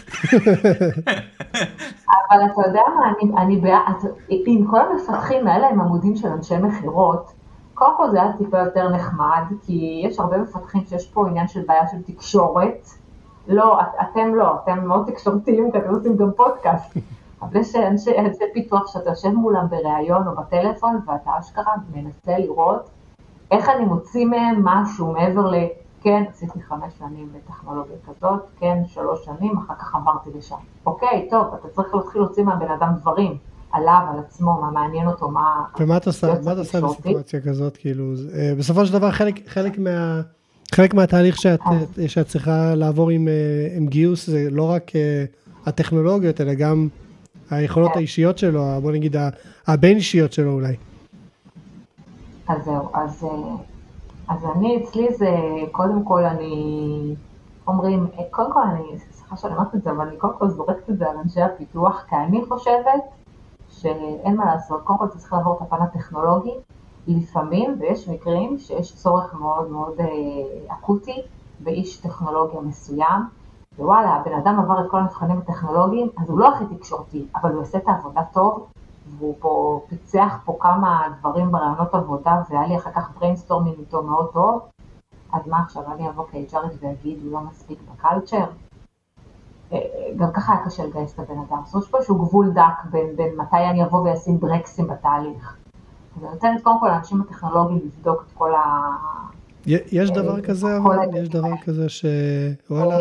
אבל אתה יודע מה, עם כל המפתחים האלה הם עמודים של אנשי מחירות, קודם כל זה היה טיפה יותר נחמד, כי יש הרבה מפתחים שיש פה עניין של בעיה של תקשורת. לא, אתם מאוד תקשורתיים, כי אתם עושים גם פודקאסט. אבל יש אנשי פיתוח שאתה יושב מולם בראיון או בטלפון, ואתה אשכרה מנסה לראות איך אני מוציא מהם משהו מעבר כן, עשיתי 5 שנים בטכנולוגיה כזאת, כן, 3 שנים, אחר כך עברתי לשם. אוקיי, טוב, אתה צריך להתחיל להוציא מהבן אדם דברים, עליו, על עצמו, מה מעניין אותו, מה... ומה אתה עושה בסיטואציה כזאת, כאילו, בסופו של דבר, חלק מהתהליך שאת צריכה לעבור עם גיוס, זה לא רק הטכנולוגיות, אלא גם היכולות האישיות שלו, בוא נגיד, הבין אישיות שלו אולי. אז זהו, אז אני, אצלי זה, קודם כל סליחה שאני אמרת את זה, אבל אני קודם כל זורקת את זה על אנשי הפיתוח, כי אני חושבת שאין מה לעשות, קודם כל אתה צריך לעבור את הפן הטכנולוגי, לפעמים, ויש מקרים שיש צורך מאוד מאוד אקוטי באיש טכנולוגיה מסוים, ווואלה, הבן אדם עבר את כל המבחנים הטכנולוגיים, אז הוא לא הכי תקשורתי, אבל הוא עושה את העבודה טוב, והוא פה פיצח פה כמה דברים ברעיונות עבודה, והיה לי אחר כך בריינסטורמינג איתו מאוד טוב, אז מה עכשיו, אני אבוא כהיג'רית ואגיד, הוא לא מספיק בקלצ'ר? גם ככה היה קשה לגייס את הבן אדם, זאת אומרת, יש פה איזשהו גבול דק בין מתי אני אבוא וישים ברקסים בתהליך. אז אני נותנת קודם כל לאנשים הטכנולוגיים לבדוק את כל ה... יש דבר כזה, אבל יש דבר כזה שוואלה,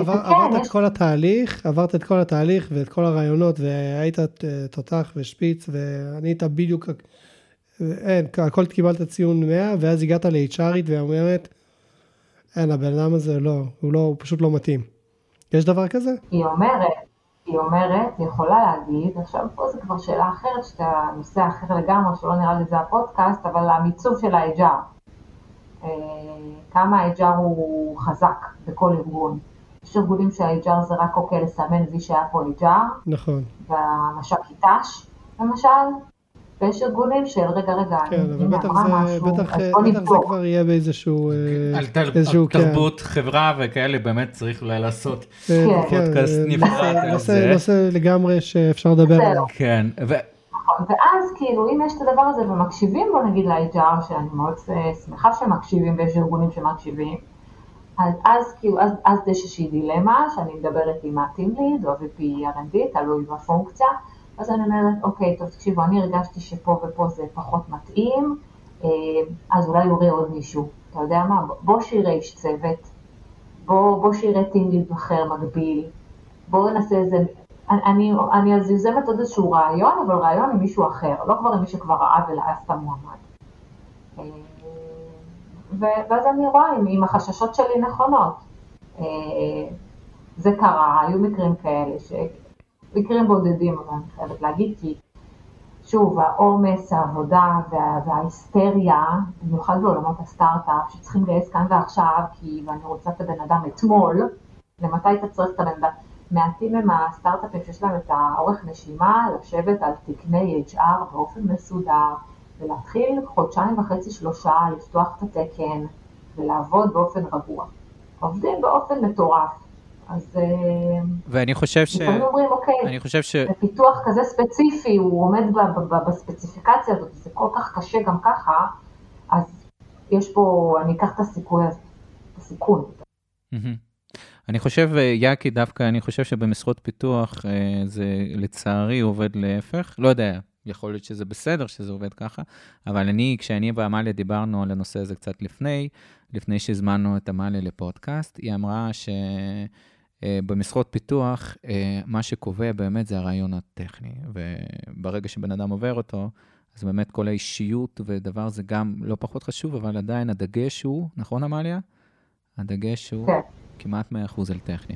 עברת את כל התהליך ואת כל הרעיונות, והיית תותח ושפיץ, וענית בדיוק, הכל קיבלת ציון 100, ואז הגעת ל-HRית ואומרת, אין, הבן אדם הזה לא, הוא פשוט לא מתאים. יש דבר כזה? היא אומרת, היא יכולה להגיד, עכשיו פה זה כבר שאלה אחרת, שאתה נושא אחר לגמרי, שלא נראה לי זה הפודקאסט, אבל המיצוב של ה-HR. כמה ה-HR הוא חזק בכל ארגון. יש ארגונים שה-HR זה רק אוקיי לסמן וי שהיה פה HR. נכון. והמשק איתש, למשל. ויש ארגונים של רגע, כן, אבל בטח זה כבר יהיה באיזשהו... על תרבות חברה וכאלה, באמת צריך אולי לעשות פודקאסט נפרד על זה. נושא לגמרי שאפשר לדבר עליו. כן. ואז כאילו, אם יש את הדבר הזה ומקשיבים, בוא נגיד ל-HR, שאני מאוד שמחה שמקשיבים, ויש ארגונים שמקשיבים, אז כאילו, אז יש איזושהי דילמה, שאני מדברת עם ה-Team Lead, או VP R&D, תלוי בפונקציה, אז אני אומרת, אוקיי, טוב, תקשיבו, אני הרגשתי שפה ופה זה פחות מתאים, אז אולי יורי עוד מישהו, אתה יודע מה? בוא שיראה איש צוות, בוא שיראה Team Lead אחר מקביל, בוא נעשה איזה... אני אז יוזמת עוד איזשהו רעיון, אבל רעיון עם מישהו אחר, לא כבר עם מי שכבר ראה ולעף את המועמד. ואז אני רואה אם החששות שלי נכונות. זה קרה, היו מקרים כאלה, מקרים בודדים, אבל אני חייבת להגיד, כי שוב, העומס, העבודה וההיסטריה, במיוחד בעולמות הסטארט-אפ, שצריכים לגייס כאן ועכשיו, ואני רוצה את הבן אדם אתמול, למתי אתה צריך את הבן אדם? מעטים הם הסטארט-אפים שיש להם את האורך נשימה, לשבת על תקני HR באופן מסודר, ולהתחיל 1.5-3 חודשים, לפתוח את התקן, ולעבוד באופן רגוע. עובדים באופן מטורף. אז... ואני חושב אומרים, אוקיי, בפיתוח כזה ספציפי, הוא עומד בספציפיקציה הזאת, זה כל כך קשה גם ככה, אז יש פה, אני אקח את הסיכוי הזה, את הסיכון. אני חושב, יאקי דווקא, אני חושב שבמשרות פיתוח זה לצערי עובד להפך, לא יודע, יכול להיות שזה בסדר שזה עובד ככה, אבל כשאני ועמליה דיברנו על הנושא הזה קצת לפני שהזמנו את עמליה לפודקאסט, היא אמרה שבמשרות פיתוח, מה שקובע באמת זה הרעיון הטכני, וברגע שבן אדם עובר אותו, אז באמת כל האישיות ודבר זה גם לא פחות חשוב, אבל עדיין הדגש הוא, נכון עמליה? הדגש הוא... כן. כמעט 100% על טכני.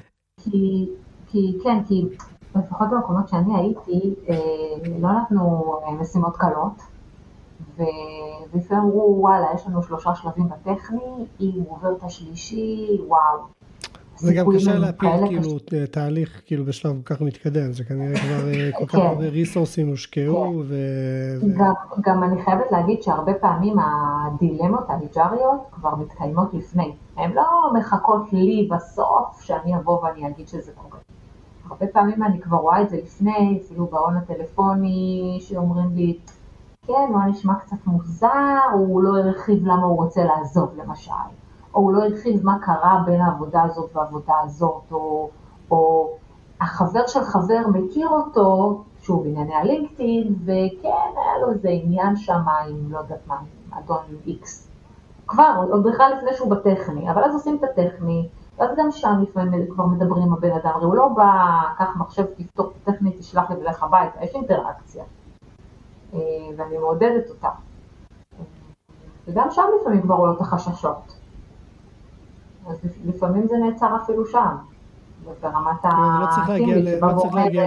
כי לפחות במקומות שאני הייתי, לא נתנו משימות קלות, ולפעמים אמרו, וואלה, יש לנו 3 שלבים בטכני, אם הוא עובר את השלישי, וואו. זה גם קשה להפיל כאילו תהליך כאילו בשלב כל כך מתקדם, זה כנראה כבר כל כך הרבה ריסורסים הושקעו גם אני חייבת להגיד שהרבה פעמים הדילמות הליג'ריות כבר מתקיימות לפני, הן לא מחכות לי בסוף שאני אבוא ואני אגיד שזה קורה. הרבה פעמים אני כבר רואה את זה לפני, אפילו בהון הטלפוני שאומרים לי, כן, הוא נשמע קצת מוזר, הוא לא הרחיב למה הוא רוצה לעזוב למשל. או הוא לא הרחיב מה קרה בין העבודה הזאת והעבודה הזאת, או החבר של חבר מכיר אותו, שוב ענייני הלינקדאין, וכן, היה לו איזה עניין שם עם, לא יודעת מה, אדון איקס. כבר, עוד בכלל לפני שהוא בטכני, אבל אז עושים את הטכני, ואז גם שם לפעמים כבר מדברים עם הבן אדם, הרי הוא לא בא, קח מחשב, תפתור את הטכני, תשלח לי ולך הביתה, יש אינטראקציה, ואני מעודדת אותה. וגם שם לפעמים כבר עולות החששות. אז לפעמים זה נעצר אפילו שם, ברמת לא צריך להגיע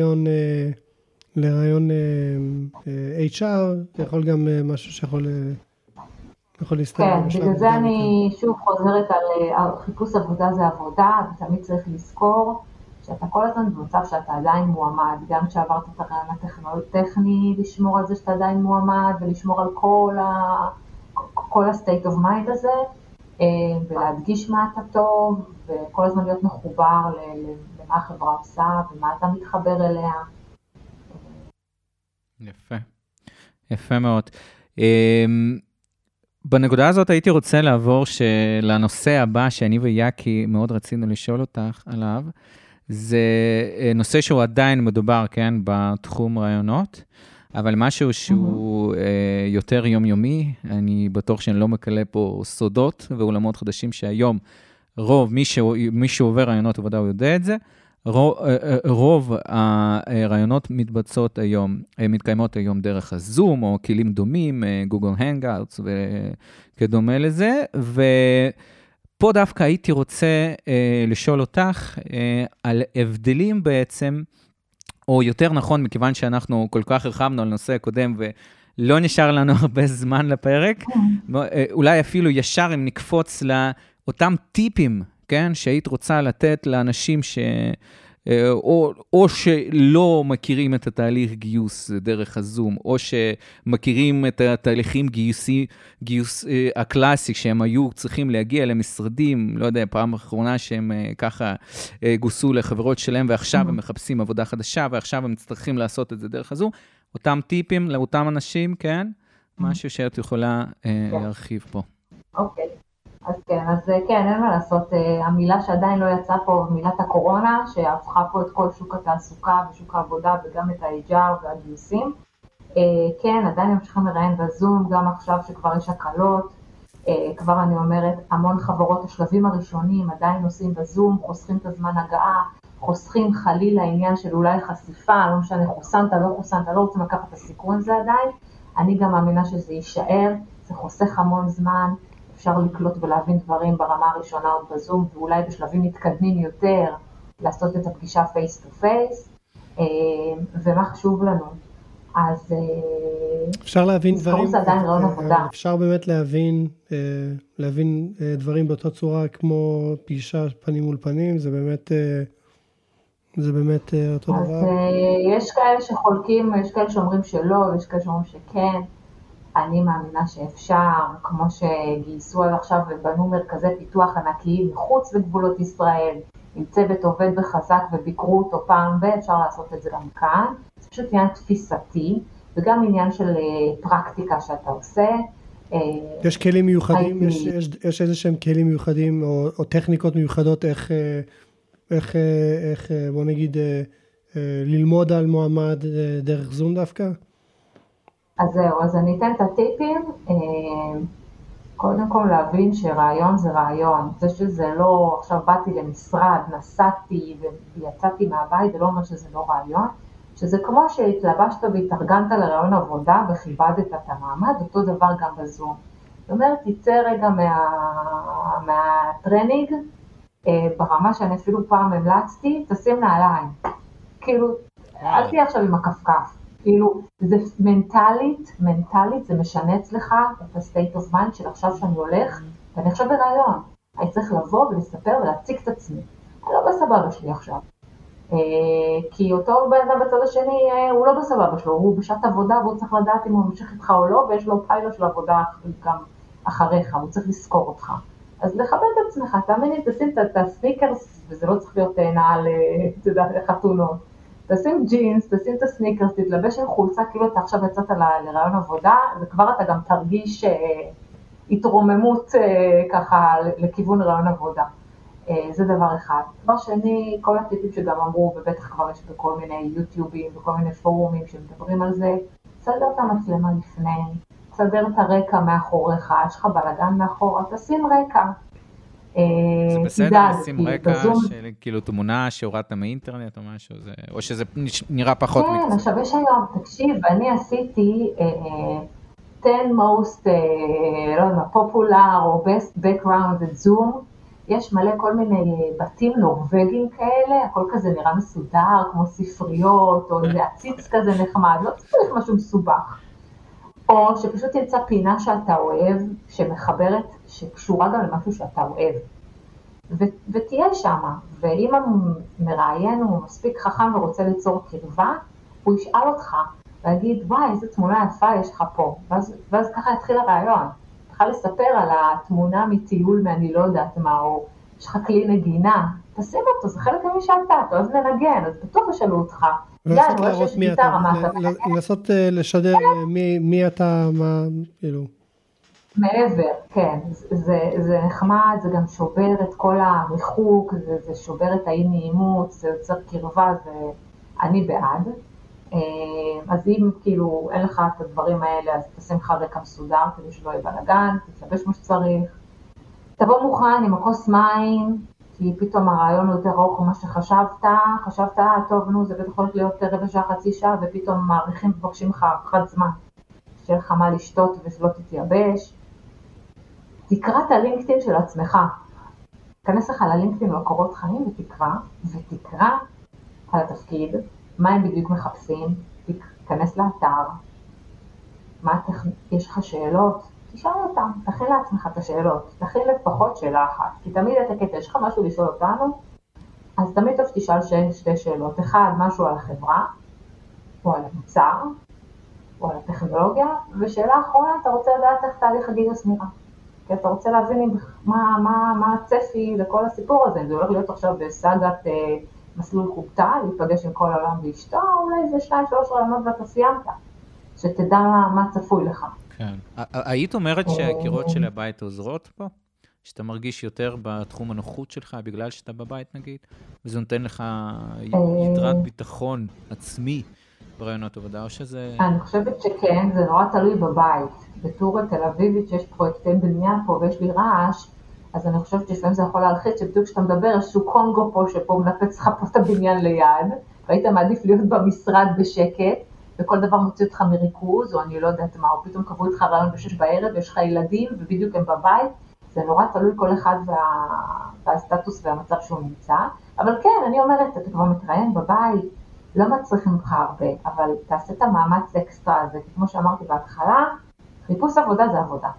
לרעיון HR, זה יכול גם משהו שיכול להסתכל. כן, בגלל זה אני שוב חוזרת על חיפוש עבודה זה עבודה, ותמיד צריך לזכור שאתה כל הזמן במצב שאתה עדיין מועמד, גם כשעברת את הרעיון הטכני, לשמור על זה שאתה עדיין מועמד, ולשמור על כל ה-state of mind הזה, ולהדגיש מה אתה טוב, וכל הזמן להיות מחובר למה החברה עושה, ומה אתה מתחבר אליה. יפה, יפה מאוד. בנקודה הזאת הייתי רוצה לעבור לנושא הבא שאני ויאקי מאוד רצינו לשאול אותך עליו, זה נושא שהוא עדיין מדובר, כן, בתחום רעיונות, אבל משהו שהוא יותר יומיומי, אני בטוח שאני לא מקלה פה סודות ועולמות חדשים שהיום רוב, מי שעובר רעיונות עבודה הוא יודע את זה, רוב הרעיונות מתקיימות היום דרך הזום או כלים דומים, גוגל הנגאוטס וכדומה לזה, ופה דווקא הייתי רוצה לשאול אותך על הבדלים בעצם, או יותר נכון, מכיוון שאנחנו כל כך הרחבנו על נושא הקודם, ולא נשאר לנו הרבה זמן לפרק, אולי אפילו ישר אם נקפוץ לאותם טיפים, כן, שהיית רוצה לתת לאנשים או שלא מכירים את התהליך גיוס דרך הזום, או שמכירים את התהליכים גיוס הקלאסי, שהם היו צריכים להגיע למשרדים, לא יודע, פעם האחרונה שהם ככה גוסו לחברות שלהם, ועכשיו הם מחפשים עבודה חדשה, ועכשיו הם צריכים לעשות את זה דרך הזום, אותם טיפים לאותם אנשים, כן? משהו שאת יכולה להרחיב פה. אוקיי. אז כן, אין מה לעשות, המילה שעדיין לא יצאה פה, מילת הקורונה, שהפכה פה את כל שוק התעסוקה ושוק העבודה, וגם את ה-HR והגיוסים. כן, עדיין ממשיכים לראיין בזום, גם עכשיו שכבר יש הקלות, כבר אני אומרת, המון חברות השלבים הראשונים עדיין עושים בזום, חוסכים את הזמן הגעה, חוסכים חלילה העניין של אולי חשיפה, לא משנה, חוסנת, לא חוסנת, לא רוצים לקחת את הסיכון הזה עדיין, אני גם מאמינה שזה יישאר, זה חוסך המון זמן, אפשר לקלוט ולהבין דברים ברמה הראשונה עוד בזום, ואולי בשלבים מתקדמים יותר, לעשות את הפגישה פייס טו פייס, ומה חשוב לנו. אז אפשר להבין דברים, זה עדיין רעיון עבודה. אפשר באמת להבין דברים באותה צורה כמו פגישה פנים מול פנים, זה באמת אותו דבר. אז יש כאלה שחולקים, יש כאלה שאומרים שלא, יש כאלה שאומרים שכן. אני מאמינה שאפשר, כמו שגייסו עד עכשיו ובנו מרכזי פיתוח ענקיים מחוץ לגבולות ישראל, עם צוות עובד וחזק וביקרו אותו פעם, ואפשר לעשות את זה גם כאן. זה פשוט עניין תפיסתי, וגם עניין של פרקטיקה שאתה עושה. יש כלים מיוחדים, יש איזה שהם כלים מיוחדים, או טכניקות מיוחדות, איך בוא נגיד, ללמוד על מועמד דרך זום דווקא? אז זהו, אז אני אתן את הטיפים, קודם כל להבין שרעיון זה רעיון, זה שזה לא, עכשיו באתי למשרד, נסעתי ויצאתי מהבית, זה לא אומר שזה לא רעיון, שזה כמו שהתלבשת והתארגנת לרעיון עבודה וכיבדת את המעמד, אותו דבר גם בזום. זאת אומרת, תצא רגע מהטרנינג, ברמה שאני אפילו פעם המלצתי, תשים נעליים, כאילו, אל תהיה עכשיו עם הכפכף. כאילו, זה מנטלית, זה משנה אצלך את ה-state of mind של עכשיו שאני הולך, ואני עכשיו ברעיון. אני צריך לבוא ולספר ולהציג את עצמי. אני לא בסבבה שלי עכשיו. כי אותו בן אדם בצד השני, הוא לא בסבבה שלו, הוא בשעת עבודה והוא צריך לדעת אם הוא ממשיך איתך או לא, ויש לו פיילוט של עבודה גם אחריך, הוא צריך לזכור אותך. אז לכבד את עצמך, תאמיני, תשים את הסניקרס, וזה לא צריך להיות נעל, אתה יודע, חתונות. תשים ג'ינס, תשים את הסניקרס, תתלבש עם חולצה, כאילו אתה עכשיו יצאת לרעיון עבודה, וכבר אתה גם תרגיש התרוממות ככה לכיוון רעיון עבודה. זה דבר אחד. דבר שני, כל הטיפים שגם אמרו, ובטח כבר יש בכל מיני יוטיובים וכל מיני פורומים שמדברים על זה, תסדר את המצלמה לפני, תסדר את הרקע מאחוריך, יש לך בלגן מאחורה, תשים רקע. זה בסדר לשים רקע של כאילו תמונה שהורדת מהאינטרנט או משהו, או שזה נראה פחות מקצוע? כן, עכשיו יש היום, תקשיב, אני עשיתי 10 most, לא יודע, popular או best background at Zoom, יש מלא כל מיני בתים נורווגים כאלה, הכל כזה נראה מסודר, כמו ספריות, או איזה עציץ כזה נחמד, לא צריך משהו מסובך. או שפשוט תמצא פינה שאתה אוהב, שמחברת, שקשורה גם למשהו שאתה אוהב. ותהיה שמה, ואם המראיין הוא מספיק חכם ורוצה ליצור קרבה, הוא ישאל אותך, ויגיד, וואי, איזה תמונה יפה יש לך פה, ואז ככה יתחיל הרעיון. תוכל לספר על התמונה מטיול מאני לא יודעת מה, או יש לך כלי נגינה, תשים אותו, זה חלק ממי שאתה, אתה אוהב לנגן, אז בטוח ישאלו אותך. לנסות להראות מי אתה, לנסות לשדר מי אתה, מה, כאילו. מעבר, כן, זה נחמד, זה גם שובר את כל הריחוק, זה שובר את האי נעימות, זה יוצר קרבה, אני בעד. אז אם כאילו אין לך את הדברים האלה, אז תשים לך רקע מסודר, כדי שלא יהיה בלגן, תתלבש מה שצריך. תבוא מוכן עם הכוס מים, כי פתאום הרעיון הוא יותר ארוך ממה חשבת, טוב, נו, זה בטח יכול להיות רבע שעה, חצי שעה, ופתאום מעריכים מבקשים לך חד זמן, שיהיה לך מה לשתות ושלא תתייבש. תקרא את הלינקדאין של עצמך, כנס לך ללינקדאין לקורות חיים ותקרא על התפקיד, מה הם בדיוק מחפשים, תיכנס לאתר, יש לך שאלות, תשאל אותם, תכין לעצמך את השאלות, תכין לפחות שאלה אחת, כי תמיד את הקטע, יש לך משהו לשאול אותנו, אז תמיד טוב שתשאל שתי שאלות, אחד, משהו על החברה, או על המוצר, או על הטכנולוגיה, ושאלה אחרונה, אתה רוצה לדעת איך תהליך הגיוס נראה, כי אתה רוצה להבין מה הצפי לכל הסיפור הזה, זה הולך להיות עכשיו בסאגת מסלול חופתה, להיפגש עם כל העולם ואשתו, אולי זה 2-3 רעיונות ואתה סיימת, שתדע מה צפוי לך. כן. היית אומרת שהקירות של הבית עוזרות פה? שאתה מרגיש יותר בתחום הנוחות שלך, בגלל שאתה בבית נגיד, וזה נותן לך יתרת ביטחון עצמי ברעיונות עבודה, או שזה... אני חושבת שכן, זה נורא תלוי בבית. בטור תל אביבית שיש פרויקטי בנייה פה ויש לי רעש, אז אני חושבת שלפעמים זה יכול להלחיץ, שבדיוק כשאתה מדבר, איזשהו קונגו פה, שפה מנפץ לך פה את הבניין ליד, והיית מעדיף להיות במשרד בשקט, וכל דבר מוציא אותך מריכוז, או אני לא יודעת מה, או פתאום קבעו איתך רעיון ב6 בערב, ויש לך ילדים, ובדיוק הם בבית, זה נורא תלוי כל אחד והסטטוס והמצב שהוא נמצא, אבל כן, אני אומרת, אתה כבר מתראיין בבית, לא מצריכים לך הרבה, אבל תעשה את המאמץ אקסטרה הזה, כי כמו שאמרתי בהתחלה, חיפוש עבודה זה עבודה.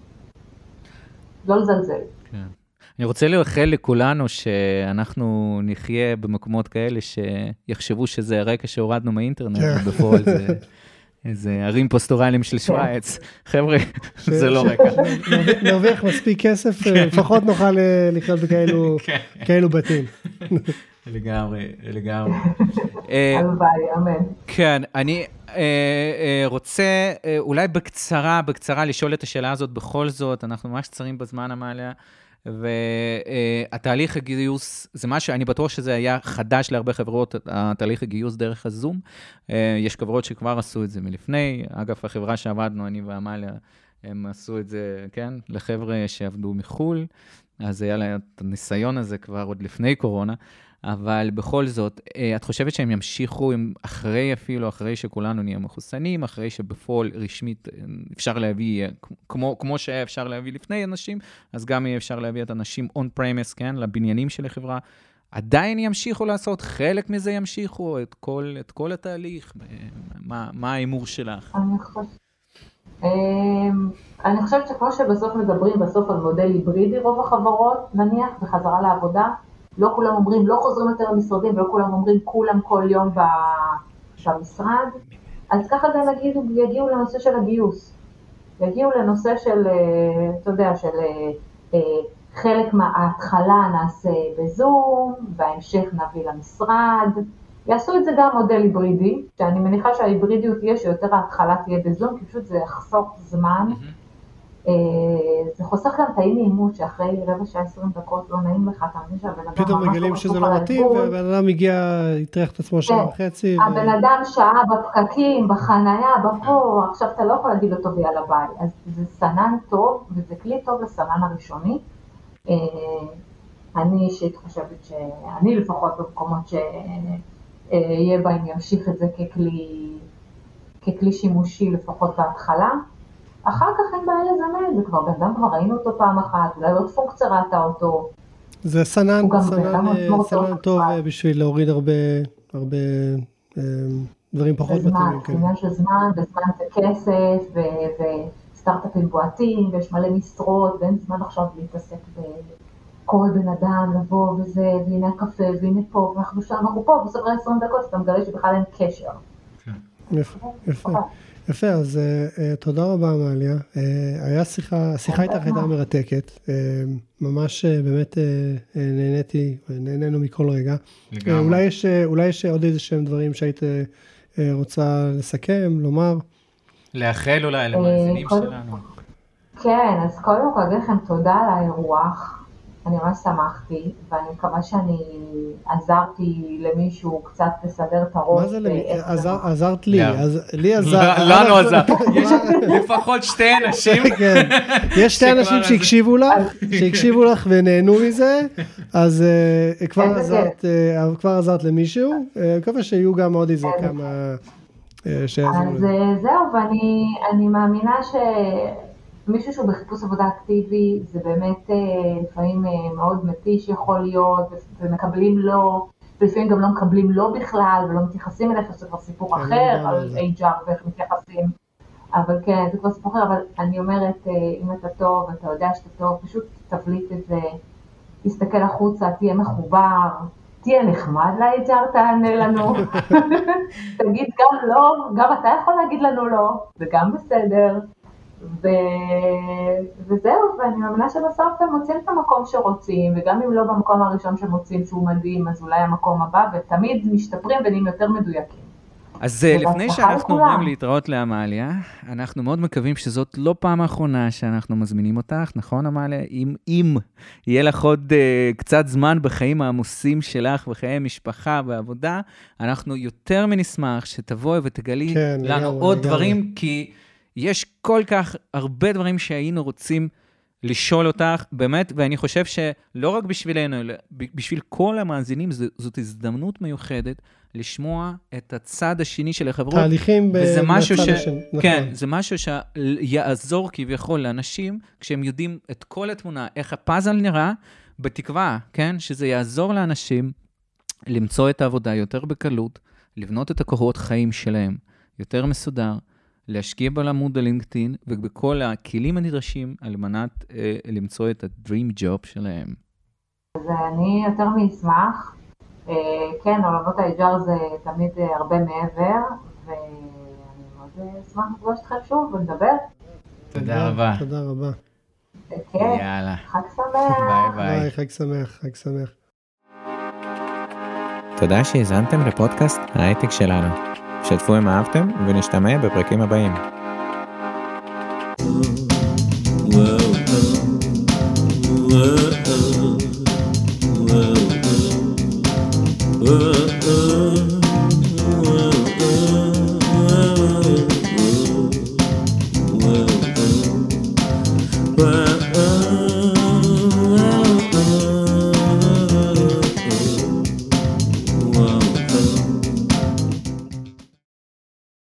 לא לזלזל. כן. אני רוצה לאחל לכולנו שאנחנו נחיה במקומות כאלה שיחשבו שזה הרקע שהורדנו מהאינטרנט, ובפועל זה ערים פוסטורליים של שוויץ. חבר'ה, זה לא רקע. נרוויח מספיק כסף, לפחות נוכל לחיות בכאלו בתים. לגמרי. הלוואי, אמן. כן, אני רוצה אולי בקצרה לשאול את השאלה הזאת בכל זאת, אנחנו ממש קצרים בזמן המעלה, והתהליך הגיוס, זה משהו, אני בטוח שזה היה חדש להרבה חברות, התהליך הגיוס דרך הזום, יש חברות שכבר עשו את זה מלפני, אגב, החברה שעבדנו, אני ועמליה, הם עשו את זה, כן, לחבר'ה שעבדו מחול, אז היה לה את הניסיון הזה כבר עוד לפני קורונה, אבל בכל זאת, את חושבת שהם ימשיכו אחרי שכולנו נהיה מחוסנים, אחרי שבפועל רשמית אפשר להביא, כמו שהיה אפשר להביא לפני אנשים, אז גם יהיה אפשר להביא את אנשים on-premise, כן, לבניינים של החברה, עדיין ימשיכו לעשות, חלק מזה ימשיכו, את כל התהליך, מה האמור שלך? אני חושבת שכמו שבסוף מדברים בסוף על מודל היברידי, רוב החברות נניח בחזרה לעבודה, לא כולם אומרים, לא חוזרים יותר למשרדים, ולא כולם אומרים כולם כל יום במשרד, אז ככה גם יגיעו לנושא של הגיוס. יגיעו לנושא של, אתה יודע, של חלק מההתחלה נעשה בזום, בהמשך נביא למשרד. יעשו את זה גם מודל היברידי, שאני מניחה שההיברידיות תהיה שיותר ההתחלה תהיה בזום, כי פשוט זה יחסוך זמן. זה חוסך גם את האי-נעימות שאחרי רבע שעה 20 דקות לא נעים לך, אתה מבין שהבן אדם פתאום מגלים שזה לא מתאים, והבן אדם הגיע, יטרח את עצמו שעה וחצי. הבן אדם שעה בפקקים, בחנייה, בבור, עכשיו אתה לא יכול להגיד לו טוב יאללה ביי. אז זה סנן טוב, וזה כלי טוב לסנן הראשוני. אני אישית חושבת שאני לפחות במקומות שיהיה בהם ימשיך את זה ככלי שימושי לפחות בהתחלה. אחר כך אין בעיה לזמן, זה כבר בן אדם כבר ראינו אותו פעם אחת, אולי עוד פונקציה ראתה אותו. זה סנן טוב בשביל להוריד הרבה דברים פחות מתאימים. זה עניין של זמן, וזמן זה כסף, וסטארט-אפים בועטים, ויש מלא משרות, ואין זמן עכשיו להתעסק בכל בן אדם, לבוא וזה, והנה הקפה, והנה פה, ואנחנו שם, אנחנו פה, בסוף 20 דקות, אתה מגלה שבכלל אין קשר. יפה, אז תודה רבה עמליה, השיחה איתך הייתה מרתקת, ממש באמת נהנינו מכל רגע. אולי יש עוד איזה שהם דברים שהיית רוצה לסכם, לומר? לאחל אולי למאזינים שלנו. כן, אז קודם כל אגיד לכם תודה על האירוח, אני ממש שמחתי, ואני מקווה שאני עזרתי למישהו קצת לסדר את הראש. מה זה עזרת לי? לי עזרת. לנו עזרת. יש לפחות שתי אנשים. כן, יש שתי אנשים שהקשיבו לך ונהנו מזה, אז כבר עזרת למישהו. אני מקווה שיהיו גם עוד איזה כמה שיעזרו. אז זהו, ואני מאמינה מישהו שהוא בחיפוש עבודה אקטיבי, זה באמת לפעמים מאוד מתיש יכול להיות, ומקבלים לו, ולפעמים גם לא מקבלים לו בכלל, ולא מתייחסים אליך, זה כבר סיפור אחר, על HR ואיך מתייחסים. אבל כן, זה כבר סיפור אחר, אבל אני אומרת, אם אתה טוב, אתה יודע שאתה טוב, פשוט תבליט את זה, תסתכל החוצה, תהיה מחובר, תהיה נחמד ל-HR, תענה לנו. תגיד גם לא, גם אתה יכול להגיד לנו לא, זה גם בסדר. וזהו, ואני מאמינה שבסוף הם מוצאים את המקום שרוצים, וגם אם לא במקום הראשון שמוצאים שהוא מדהים, אז אולי המקום הבא, ותמיד משתפרים ונהיים יותר מדויקים. אז לפני שאנחנו אומרים להתראות לעמליה, אנחנו מאוד מקווים שזאת לא פעם האחרונה שאנחנו מזמינים אותך, נכון עמליה? אם יהיה לך עוד קצת זמן בחיים העמוסים שלך, בחיי משפחה ועבודה, אנחנו יותר מנשמח שתבואי ותגלי לנו עוד דברים, כי יש כל כך הרבה דברים שהיינו רוצים לשאול אותך, באמת, ואני חושב שלא רק בשבילנו, אלא בשביל כל המאזינים, זאת הזדמנות מיוחדת לשמוע את הצד השני של החברות. תהליכים בצד השני. כן, זה משהו שיעזור כביכול לאנשים, כשהם יודעים את כל התמונה, איך הפאזל נראה, בתקווה, כן, שזה יעזור לאנשים למצוא את העבודה יותר בקלות, לבנות את הקורות חיים שלהם יותר מסודר, להשקיע בלמוד הלינקדאין, ובכל הכלים הנדרשים על מנת למצוא את ה-dream job שלהם. אז אני יותר מאשמח. כן, עולמות ה-HR זה תמיד הרבה מעבר, ואני מאוד אשמח לפגוש אתכם שוב ונדבר. תודה רבה. תודה רבה. כן, יאללה. חג שמח. ביי ביי. חג שמח, חג שמח. תודה שהזנתם לפודקאסט ההייטק שלנו. שתפו אם אהבתם ונשתמע בפרקים הבאים.